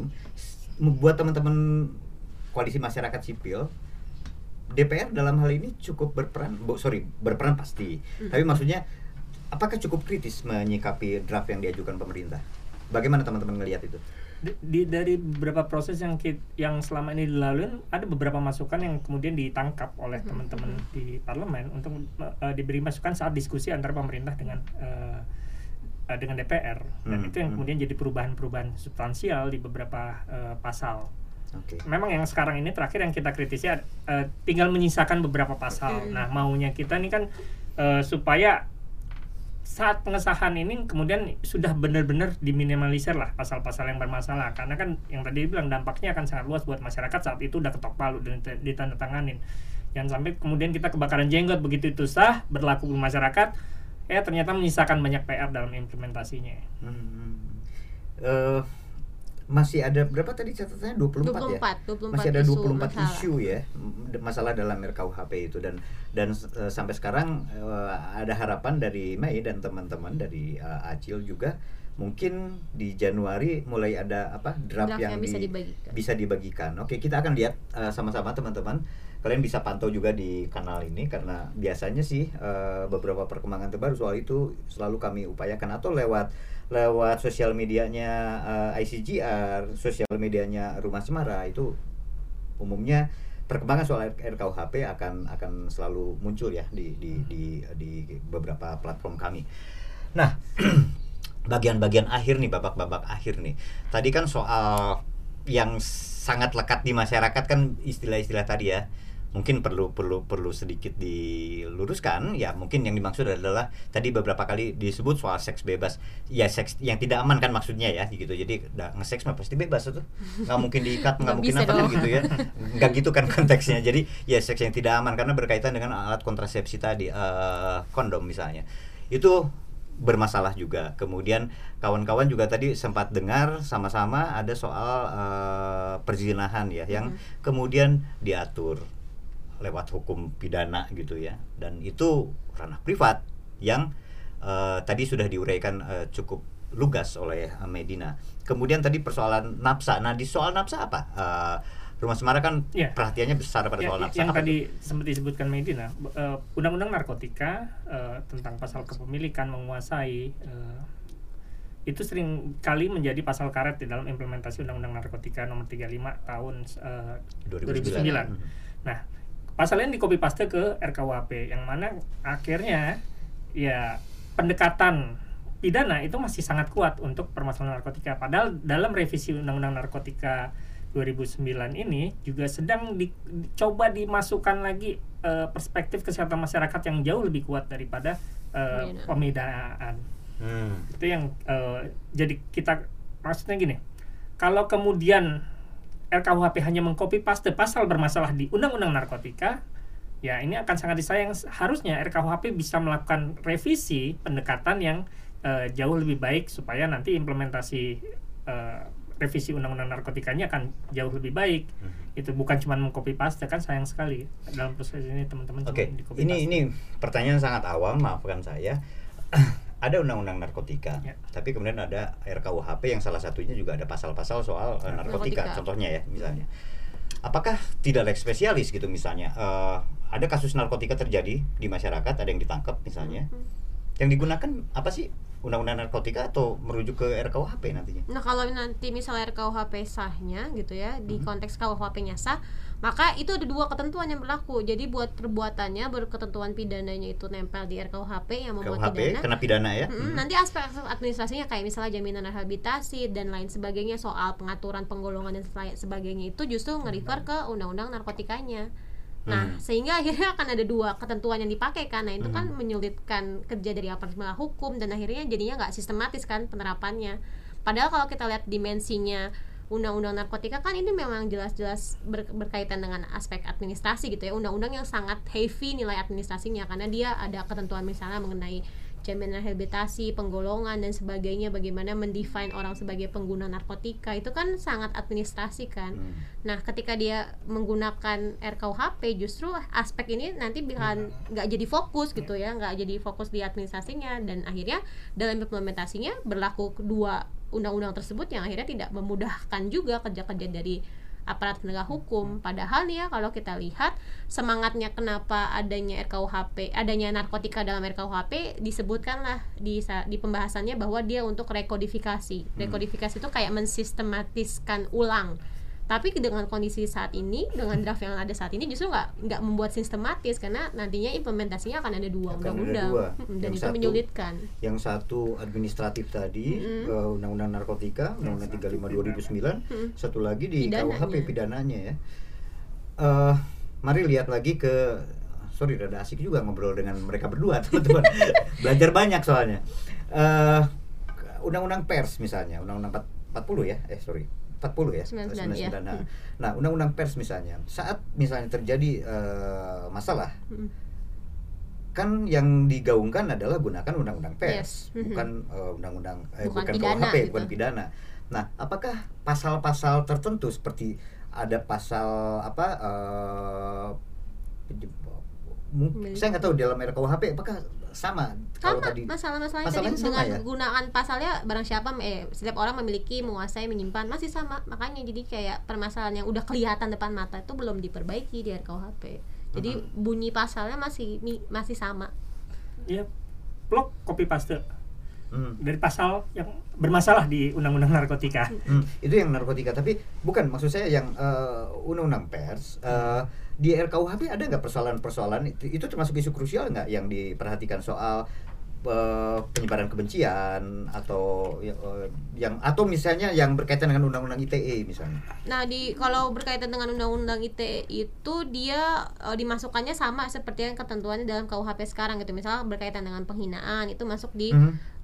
Speaker 3: membuat teman-teman koalisi masyarakat sipil, DPR dalam hal ini cukup berperan pasti. Tapi maksudnya apakah cukup kritis menyikapi draft yang diajukan pemerintah? Bagaimana teman-teman ngelihat itu?
Speaker 1: Dari beberapa proses yang selama ini dilalui, ada beberapa masukan yang kemudian ditangkap oleh teman-teman di parlemen untuk diberi masukan saat diskusi antara pemerintah dengan DPR. Dan itu yang kemudian jadi perubahan-perubahan substansial di beberapa pasal. Memang yang sekarang ini terakhir yang kita kritisi tinggal menyisakan beberapa pasal. Nah, maunya kita ini kan supaya saat pengesahan ini kemudian sudah benar-benar diminimalisir lah pasal-pasal yang bermasalah, karena kan yang tadi bilang dampaknya akan sangat luas buat masyarakat saat itu udah ketok palu dan ditandatanganin. Jangan sampai kemudian kita kebakaran jenggot begitu itu sah berlaku di masyarakat, ternyata menyisakan banyak PR dalam implementasinya.
Speaker 3: masih ada berapa tadi catatannya 24 ya?
Speaker 2: 24
Speaker 3: masih ada 24 isu ya masalah dalam RKUHP itu dan sampai sekarang ada harapan dari Mei dan teman-teman dari Acil juga mungkin di Januari mulai ada draft yang bisa dibagikan. Oke, kita akan lihat sama-sama teman-teman. Kalian bisa pantau juga di kanal ini karena biasanya sih beberapa perkembangan terbaru soal itu selalu kami upayakan atau lewat sosial medianya ICGR, sosial medianya Rumah Cemara. Itu umumnya perkembangan soal RKUHP akan selalu muncul ya di beberapa platform kami. Nah, bagian-bagian akhir nih, babak-babak akhir nih. Tadi kan soal yang sangat lekat di masyarakat kan istilah-istilah tadi ya. Mungkin perlu sedikit diluruskan ya. Mungkin yang dimaksud adalah tadi beberapa kali disebut soal seks bebas. Ya seks yang tidak aman kan maksudnya ya gitu. Jadi nge-seks mah pasti bebas itu. Nggak mungkin diikat, nggak mungkin apa kan gitu ya. Nggak gitu kan konteksnya. Jadi ya seks yang tidak aman karena berkaitan dengan alat kontrasepsi tadi, kondom misalnya. Itu bermasalah juga. Kemudian kawan-kawan juga tadi sempat dengar sama-sama ada soal perzinahan ya yang kemudian diatur lewat hukum pidana gitu ya, dan itu ranah privat yang tadi sudah diuraikan cukup lugas oleh Medina. Kemudian tadi persoalan nafsa. Nah, di soal nafsa apa? Rumah Cemara kan perhatiannya besar pada soal nafsa.
Speaker 1: Yang tadi sempat disebutkan Medina, Undang-Undang Narkotika tentang pasal kepemilikan, menguasai, itu sering kali menjadi pasal karet di dalam implementasi Undang-Undang Narkotika nomor 35 tahun 2009. Nah, pasalnya di copy paste ke RKUHP yang mana akhirnya ya pendekatan pidana itu masih sangat kuat untuk permasalahan narkotika. Padahal dalam revisi Undang-Undang Narkotika 2009 ini juga sedang dicoba dimasukkan lagi perspektif kesehatan masyarakat yang jauh lebih kuat daripada pemidanaan. Itu yang jadi kita maksudnya gini. Kalau kemudian RKUHP hanya mengcopy paste pasal bermasalah di Undang-Undang Narkotika, ya ini akan sangat disayang. Harusnya RKUHP bisa melakukan revisi pendekatan yang jauh lebih baik supaya nanti implementasi revisi Undang-Undang Narkotikanya akan jauh lebih baik. Itu bukan cuma mengcopy paste, kan sayang sekali dalam proses ini teman-teman.
Speaker 3: Oke, ini pertanyaan sangat awam, maafkan saya. Ada Undang-Undang Narkotika, tapi kemudian ada RKUHP yang salah satunya juga ada pasal-pasal soal narkotika, contohnya ya misalnya. Apakah tidak lex spesialis gitu misalnya? Ada kasus narkotika terjadi di masyarakat, ada yang ditangkap misalnya. Yang digunakan apa sih? Undang-Undang Narkotika atau merujuk ke RKUHP nantinya?
Speaker 2: Nah, kalau nanti misalnya RKUHP sahnya gitu ya, di konteks KUHP-nya sah, maka itu ada dua ketentuan yang berlaku. Jadi buat perbuatannya berketentuan pidananya itu nempel di RKUHP yang membuat
Speaker 3: pidana. Kena pidana ya.
Speaker 2: Nanti aspek administrasinya kayak misalnya jaminan rehabilitasi dan lain sebagainya, soal pengaturan penggolongan dan sebagainya itu justru nge-refer ke Undang-Undang Narkotikanya. Nah, sehingga akhirnya akan ada dua ketentuan yang dipakai kan. Nah, itu kan menyulitkan kerja dari aparat penegak hukum dan akhirnya jadinya nggak sistematis kan penerapannya. Padahal kalau kita lihat dimensinya Undang-Undang Narkotika kan ini memang jelas-jelas berkaitan dengan aspek administrasi gitu ya. Undang-undang yang sangat heavy nilai administrasinya karena dia ada ketentuan misalnya mengenai jaminan rehabilitasi, penggolongan dan sebagainya, bagaimana mendefine orang sebagai pengguna narkotika, itu kan sangat administrasi kan. Nah, ketika dia menggunakan RKUHP justru aspek ini nanti bisa nggak jadi fokus gitu ya, nggak jadi fokus di administrasinya, dan akhirnya dalam implementasinya berlaku kedua undang-undang tersebut yang akhirnya tidak memudahkan juga kerja-kerja dari aparat penegak hukum. Padahal nih ya, kalau kita lihat semangatnya kenapa adanya RKUHP, adanya narkotika dalam RKUHP, disebutkanlah di pembahasannya bahwa dia untuk rekodifikasi. Rekodifikasi itu kayak mensistematiskan ulang. Tapi dengan kondisi saat ini, dengan draft yang ada saat ini justru nggak membuat sistematis karena nantinya implementasinya akan ada dua undang-undang dan itu menyulitkan.
Speaker 3: Yang satu administratif tadi, Undang-Undang Narkotika, Undang-Undang 35 2009, satu lagi di KUHP pidananya ya. Mari lihat lagi ke, sorry rada asik juga ngobrol dengan mereka berdua teman-teman. Belajar banyak soalnya. Undang-Undang pers misalnya, Undang-Undang 40 ya, 40 ya,
Speaker 2: 99 ya.
Speaker 3: Nah, undang-undang pers misalnya, saat misalnya terjadi masalah, kan yang digaungkan adalah gunakan undang-undang pers, bukan undang-undang bukan KUHP, bukan pidana. Nah, apakah pasal-pasal tertentu seperti ada pasal saya nggak tahu dalam RKUHP apakah sama kalau tadi
Speaker 2: masalah-masalahnya tadi dengan penggunaan pasalnya barang siapa setiap orang memiliki, menguasai, menyimpan masih sama. Makanya jadi kayak permasalahan yang udah kelihatan depan mata itu belum diperbaiki di RKUHP. Jadi bunyi pasalnya masih sama.
Speaker 1: Iya, blok copy paste dari pasal yang bermasalah di Undang-Undang Narkotika.
Speaker 3: Itu yang narkotika, tapi bukan maksud saya yang Undang-Undang Pers. Di RKUHP ada nggak persoalan-persoalan itu termasuk isu krusial nggak yang diperhatikan soal penyebaran kebencian atau atau misalnya yang berkaitan dengan Undang-Undang ITE misalnya.
Speaker 2: Nah, kalau berkaitan dengan Undang-Undang ITE itu dia dimasukkannya sama seperti yang ketentuannya dalam KUHP sekarang gitu. Misalnya berkaitan dengan penghinaan itu masuk di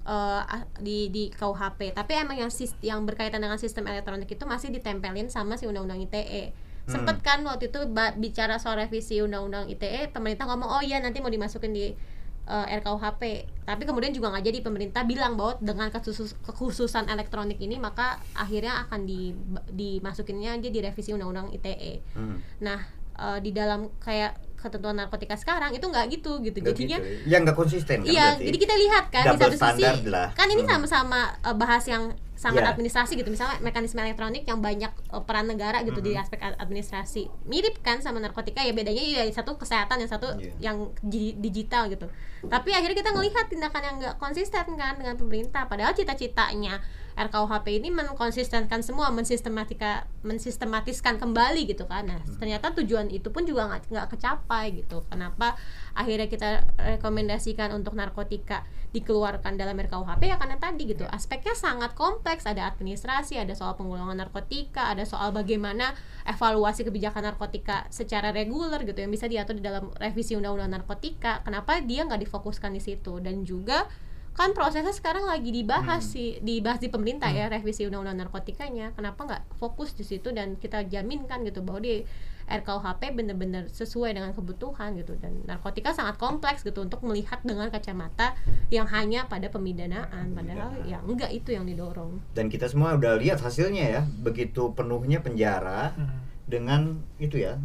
Speaker 2: KUHP. Tapi emang yang berkaitan dengan sistem elektronik itu masih ditempelin sama si Undang-Undang ITE. Sempet kan waktu itu bicara soal revisi Undang-Undang ITE, pemerintah ngomong nanti mau dimasukin di RKUHP, tapi kemudian juga nggak jadi. Pemerintah bilang bahwa dengan kekhususan elektronik ini maka akhirnya akan dimasukinnya aja di revisi Undang-Undang ITE. Nah, di dalam kayak ketentuan narkotika sekarang itu nggak gitu jadinya
Speaker 3: gitu. Yang nggak konsisten kan.
Speaker 2: Iya, jadi kita lihat kan di satu sisi kan ini sama-sama bahas yang sangat administrasi gitu, misalnya mekanisme elektronik yang banyak peran negara gitu di aspek administrasi, mirip kan sama narkotika, ya bedanya ya satu kesehatan, yang satu yang digital gitu. Tapi akhirnya kita ngelihat tindakan yang nggak konsisten kan dengan pemerintah, padahal cita-citanya RKUHP ini menkonsistenkan semua, mensistematiskan kembali gitu kan. Nah, ternyata tujuan itu pun juga nggak kecapai gitu. Kenapa akhirnya kita rekomendasikan untuk narkotika dikeluarkan dalam RKUHP? Ya karena tadi gitu, aspeknya sangat kompleks, ada administrasi, ada soal pengulangan narkotika, ada soal bagaimana evaluasi kebijakan narkotika secara reguler gitu yang bisa diatur di dalam revisi Undang-Undang Narkotika. Kenapa dia nggak difokuskan di situ? Dan juga kan prosesnya sekarang lagi dibahas di pemerintah ya, revisi Undang-Undang Narkotikanya. Kenapa nggak fokus di situ dan kita jaminkan gitu bahwa di RKUHP benar-benar sesuai dengan kebutuhan gitu. Dan narkotika sangat kompleks gitu untuk melihat dengan kacamata yang hanya pada pemidanaan, padahal ya enggak itu yang didorong.
Speaker 3: Dan kita semua udah lihat hasilnya ya, begitu penuhnya penjara dengan itu ya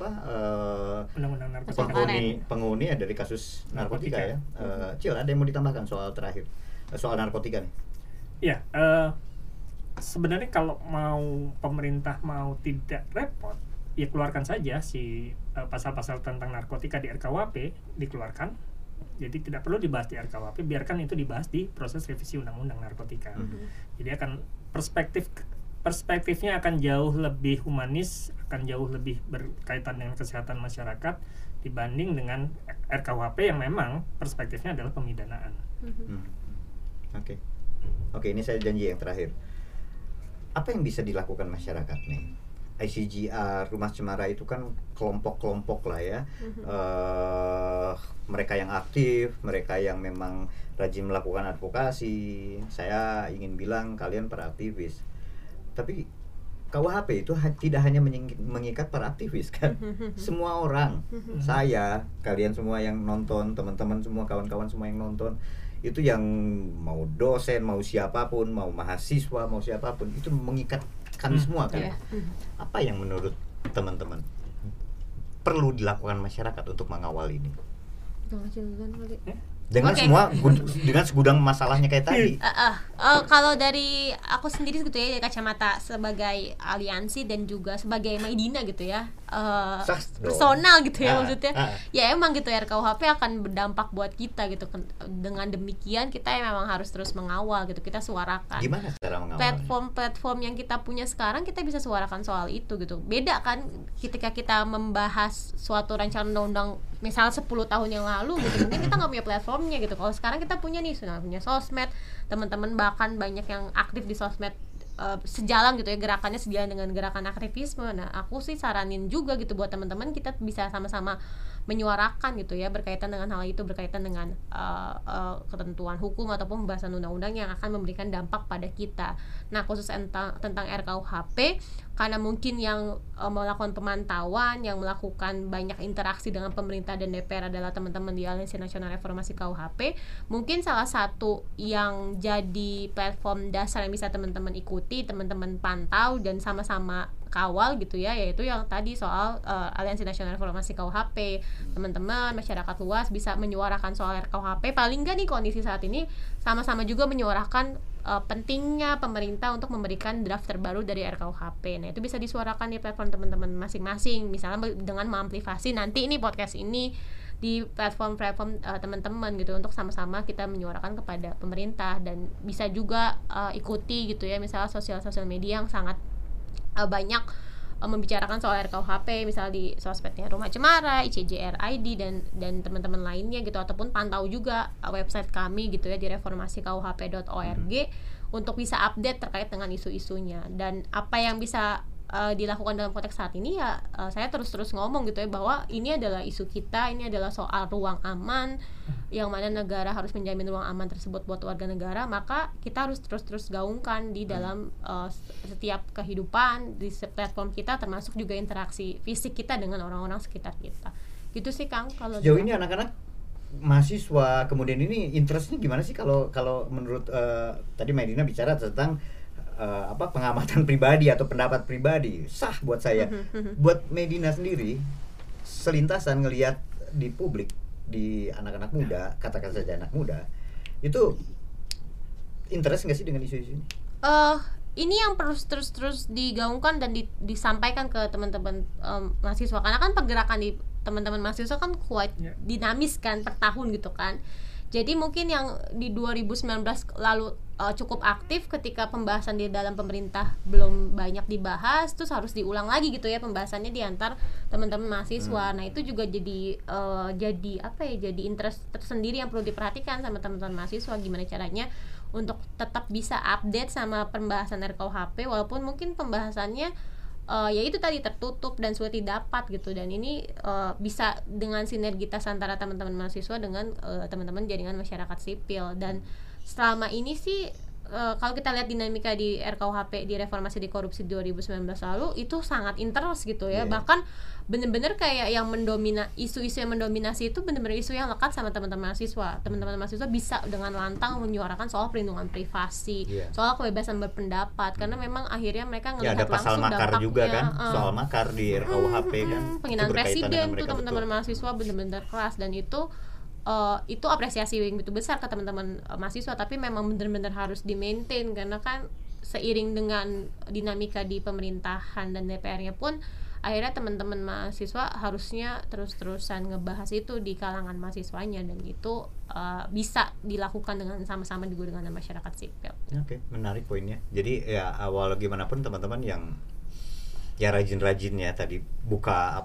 Speaker 1: Undang-Undang Narkotika.
Speaker 3: Penghuni dari kasus narkotika ya. Cil, ada yang mau ditambahkan soal terakhir soal narkotika nih?
Speaker 1: Ya, sebenarnya kalau pemerintah mau tidak repot, ya keluarkan saja si pasal-pasal tentang narkotika di RKUHP, dikeluarkan. Jadi tidak perlu dibahas di RKUHP, biarkan itu dibahas di proses revisi Undang-Undang Narkotika. Jadi akan perspektifnya akan jauh lebih humanis, akan jauh lebih berkaitan dengan kesehatan masyarakat dibanding dengan RKUHP yang memang perspektifnya adalah pemidanaan.
Speaker 3: Oke, ini saya janji yang terakhir. Apa yang bisa dilakukan masyarakat nih? ICGR, Rumah Cemara itu kan kelompok-kelompok lah ya. Mereka yang aktif, mereka yang memang rajin melakukan advokasi. Saya ingin bilang kalian para aktivis. Tapi KUHP itu tidak hanya mengikat para aktivis kan, semua orang, saya, kalian semua yang nonton, teman-teman semua, kawan-kawan semua yang nonton, itu yang mau dosen, mau siapapun, mau mahasiswa, mau siapapun, itu mengikat kami semua kan. Apa yang menurut teman-teman perlu dilakukan masyarakat untuk mengawal ini? Dengan semua dengan segudang masalahnya kayak tadi.
Speaker 2: Kalau dari aku sendiri gitu ya, dari kacamata sebagai aliansi dan juga sebagai Maidina gitu ya, personal gitu ya maksudnya. Ya emang gitu ya, RKUHP akan berdampak buat kita gitu. Dengan demikian kita memang harus terus mengawal gitu, kita suarakan.
Speaker 3: Gimana cara mengawal?
Speaker 2: Platform yang kita punya sekarang kita bisa suarakan soal itu gitu. Beda kan ketika kita membahas suatu rancangan undang-undang misal 10 tahun yang lalu gitu, mungkin kita nggak punya platformnya gitu. Kalau sekarang kita punya nih, sudah punya sosmed, teman-teman bahkan banyak yang aktif di sosmed, sejalan gitu ya, gerakannya sejalan dengan gerakan aktivisme. Nah, aku sih saranin juga gitu buat teman-teman, kita bisa sama-sama menyuarakan gitu ya berkaitan dengan hal itu, berkaitan dengan ketentuan hukum ataupun pembahasan undang-undang yang akan memberikan dampak pada kita. Nah, khusus tentang RKUHP, karena mungkin yang melakukan pemantauan, yang melakukan banyak interaksi dengan pemerintah dan DPR adalah teman-teman di Aliansi Nasional Reformasi KUHP, mungkin salah satu yang jadi platform dasar yang bisa teman-teman ikuti, teman-teman pantau dan sama-sama kawal gitu ya, yaitu yang tadi soal Aliansi Nasional Reformasi KUHP. Teman-teman masyarakat luas bisa menyuarakan soal RKUHP, paling nggak nih kondisi saat ini sama-sama juga menyuarakan pentingnya pemerintah untuk memberikan draft terbaru dari RKUHP. Nah, itu bisa disuarakan di platform teman-teman masing-masing, misalnya dengan mengamplifikasi nanti ini podcast ini di platform-platform teman-teman gitu, untuk sama-sama kita menyuarakan kepada pemerintah. Dan bisa juga ikuti gitu ya, misalnya sosial media yang sangat banyak membicarakan soal RKUHP, misalnya di sosmednya Rumah Cemara, ICJR ID dan teman-teman lainnya gitu, ataupun pantau juga website kami gitu ya di reformasikuhp.org untuk bisa update terkait dengan isu-isunya. Dan apa yang bisa dilakukan dalam konteks saat ini ya, saya terus ngomong gitu ya, bahwa ini adalah isu kita, ini adalah soal ruang aman, yang mana negara harus menjamin ruang aman tersebut buat warga negara, maka kita harus terus gaungkan di dalam setiap kehidupan di platform kita, termasuk juga interaksi fisik kita dengan orang-orang sekitar kita. Gitu sih Kang. Kalau
Speaker 3: sejauh ini anak-anak mahasiswa kemudian ini interestnya gimana sih kalau menurut tadi Medina bicara tentang pengamatan pribadi atau pendapat pribadi, sah buat saya. Buat Medina sendiri, selintasan ngelihat di publik, di anak-anak muda, katakan saja anak muda, itu interest nggak sih dengan isu-isu ini?
Speaker 2: Ini yang terus digaungkan dan disampaikan ke teman-teman mahasiswa, karena kan pergerakan di teman-teman mahasiswa kan quite dinamis kan per tahun gitu kan. Jadi mungkin yang di 2019 lalu cukup aktif ketika pembahasan di dalam pemerintah belum banyak dibahas, terus harus diulang lagi gitu ya pembahasannya di antar teman-teman mahasiswa. Nah, itu juga jadi jadi interest tersendiri yang perlu diperhatikan sama teman-teman mahasiswa, gimana caranya untuk tetap bisa update sama pembahasan RKUHP walaupun mungkin pembahasannya ya itu tadi tertutup dan sulit didapat gitu. Dan ini bisa dengan sinergitas antara teman-teman mahasiswa dengan teman-teman jaringan masyarakat sipil. Dan selama ini sih kalau kita lihat dinamika di RKUHP, di reformasi di korupsi 2019 lalu, itu sangat interest gitu ya. Bahkan bener-bener kayak yang isu-isu yang mendominasi itu bener-bener isu yang lekat sama teman-teman mahasiswa. Teman-teman mahasiswa bisa dengan lantang menyuarakan soal perlindungan privasi, soal kebebasan berpendapat, karena memang akhirnya mereka ngelihat langsung dampaknya. Ada pasal makar juga kan, soal makar di RKUHP kan. Penghinaan presiden tuh teman-teman mahasiswa bener-bener keras, dan itu apresiasi yang begitu besar ke teman-teman mahasiswa. Tapi memang benar-benar harus di-maintain, karena kan seiring dengan dinamika di pemerintahan dan DPR-nya pun akhirnya teman-teman mahasiswa harusnya terus-terusan ngebahas itu di kalangan mahasiswanya, dan itu bisa dilakukan dengan sama-sama juga dengan masyarakat sipil.
Speaker 3: Oke, menarik poinnya. Jadi ya awal gimana pun teman-teman yang ya rajin-rajin ya tadi buka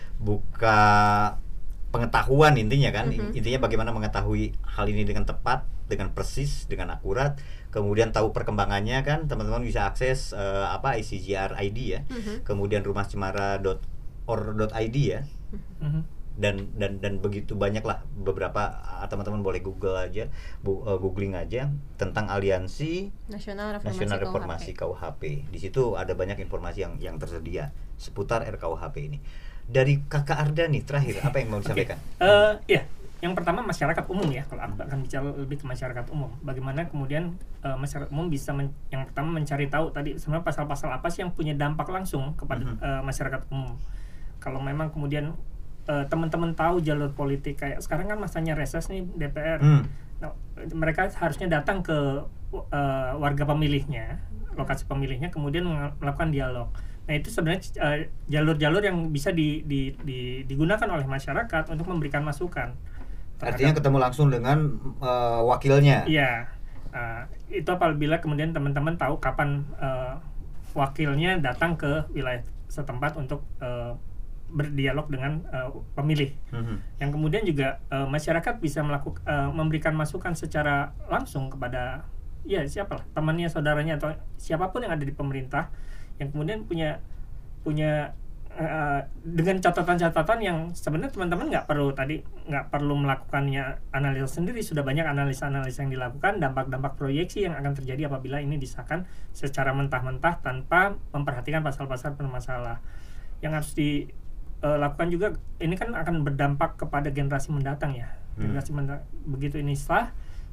Speaker 3: pengetahuan intinya kan, intinya bagaimana mengetahui hal ini dengan tepat, dengan persis, dengan akurat, kemudian tahu perkembangannya kan, teman-teman bisa akses ICJR ID ya, kemudian rumahcemara.or.id ya, dan begitu banyak lah beberapa, teman-teman boleh googling aja tentang Aliansi Nasional Reformasi KUHP. Di situ ada banyak informasi yang tersedia seputar RKUHP ini. Dari Kakak Arda nih terakhir, apa yang mau disampaikan?
Speaker 1: Yang pertama masyarakat umum ya, kalau aku akan bicara lebih ke masyarakat umum. Bagaimana kemudian masyarakat umum bisa yang pertama mencari tahu tadi sebenarnya pasal-pasal apa sih yang punya dampak langsung kepada masyarakat umum. Kalau memang kemudian teman-teman tahu jalur politik, kayak sekarang kan masanya reses nih DPR. Nah, mereka harusnya datang ke warga pemilihnya, lokasi pemilihnya, kemudian melakukan dialog. Nah, itu sebenarnya jalur-jalur yang bisa digunakan oleh masyarakat untuk memberikan masukan.
Speaker 3: Artinya ketemu langsung dengan wakilnya.
Speaker 1: Iya, itu apabila kemudian teman-teman tahu kapan wakilnya datang ke wilayah setempat untuk berdialog dengan pemilih. Yang kemudian juga masyarakat bisa memberikan masukan secara langsung kepada siapalah temannya, saudaranya, atau siapapun yang ada di pemerintah, yang kemudian punya dengan catatan-catatan yang sebenarnya teman-teman nggak perlu melakukannya analisa sendiri. Sudah banyak analisa-analisa yang dilakukan, dampak-dampak proyeksi yang akan terjadi apabila ini disahkan secara mentah-mentah tanpa memperhatikan pasal-pasal bermasalah. Yang harus dilakukan juga, ini kan akan berdampak kepada generasi mendatang ya. Generasi mendatang, begitu ini sah,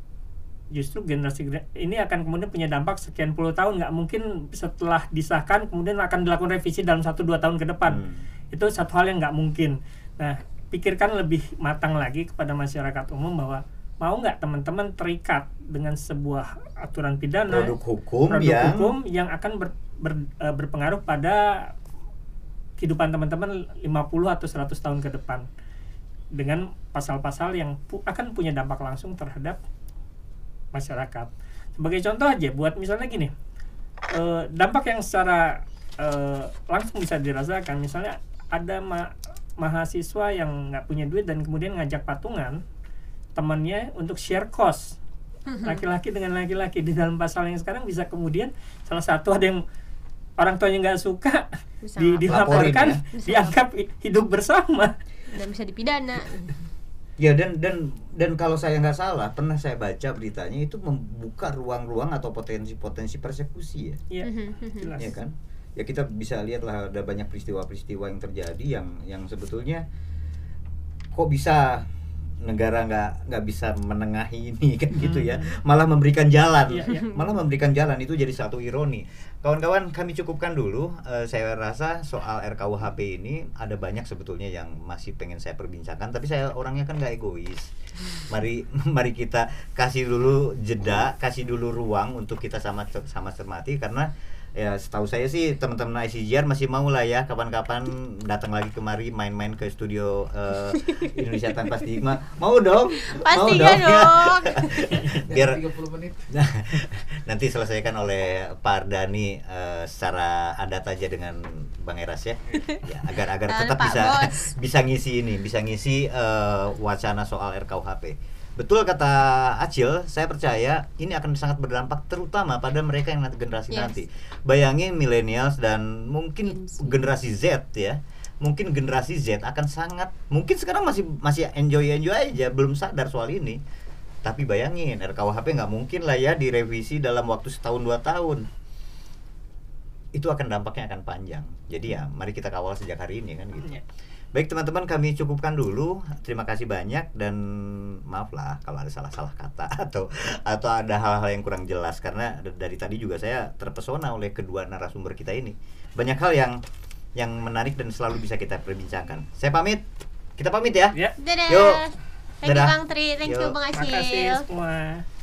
Speaker 1: justru generasi ini akan kemudian punya dampak sekian puluh tahun. Nggak mungkin setelah disahkan kemudian akan dilakukan revisi dalam 1-2 tahun ke depan. Itu satu hal yang nggak mungkin. Nah, pikirkan lebih matang lagi kepada masyarakat umum bahwa mau nggak teman-teman terikat dengan sebuah aturan pidana,
Speaker 3: produk hukum
Speaker 1: yang akan berpengaruh pada kehidupan teman-teman 50 atau 100 tahun ke depan, dengan pasal-pasal yang akan punya dampak langsung terhadap masyarakat. Sebagai contoh aja, buat misalnya gini, dampak yang secara langsung bisa dirasakan, misalnya ada mahasiswa yang nggak punya duit dan kemudian ngajak patungan temannya untuk share cost, laki-laki dengan laki-laki. Di dalam pasal yang sekarang bisa kemudian salah satu ada yang orang tuanya nggak suka, dilaporkan, ya? Dianggap hidup bersama
Speaker 2: dan bisa dipidana.
Speaker 3: Ya, dan kalau saya nggak salah, pernah saya baca beritanya itu membuka ruang-ruang atau potensi-potensi persekusi ya.
Speaker 1: Jelas.
Speaker 3: Ya kan? Ya kita bisa lihat lah, ada banyak peristiwa-peristiwa yang terjadi yang sebetulnya kok bisa negara nggak bisa menengahi ini kan gitu ya, malah memberikan jalan, itu jadi satu ironi. Kawan-kawan, kami cukupkan dulu. Saya rasa soal RKUHP ini ada banyak sebetulnya yang masih pengen saya perbincangkan, tapi saya orangnya kan nggak egois. Mari kita kasih dulu jeda, kasih dulu ruang untuk kita sama cermati, karena ya setahu saya sih teman-teman ICJR masih mau lah ya kapan-kapan datang lagi kemari main-main ke studio Indonesia Tanpa Stigma. Mau dong?
Speaker 2: Pasti dong.
Speaker 3: Biar 30 menit. Nanti selesaikan oleh Pak Ardani secara adat aja dengan Bang Eras ya. Ya agar tetap bisa ngisi wacana soal RKUHP. Betul kata Acil, saya percaya ini akan sangat berdampak terutama pada mereka yang generasi nanti. Bayangin millennials dan mungkin generasi Z ya. Mungkin generasi Z akan sangat, mungkin sekarang masih enjoy aja, belum sadar soal ini. Tapi bayangin, RKUHP nggak mungkin lah ya direvisi dalam waktu 1-2 tahun. Itu akan dampaknya akan panjang. Jadi ya mari kita kawal sejak hari ini kan gitu. Baik teman-teman, kami cukupkan dulu. Terima kasih banyak dan maaf lah kalau ada salah-salah kata atau ada hal-hal yang kurang jelas, karena dari tadi juga saya terpesona oleh kedua narasumber kita ini. Banyak hal yang menarik dan selalu bisa kita perbincangkan. Saya pamit. Kita pamit ya.
Speaker 2: Dadah.
Speaker 3: Yuk.
Speaker 2: Thank you Bang Tri, thank you Bang Acil.
Speaker 1: Terima kasih semua.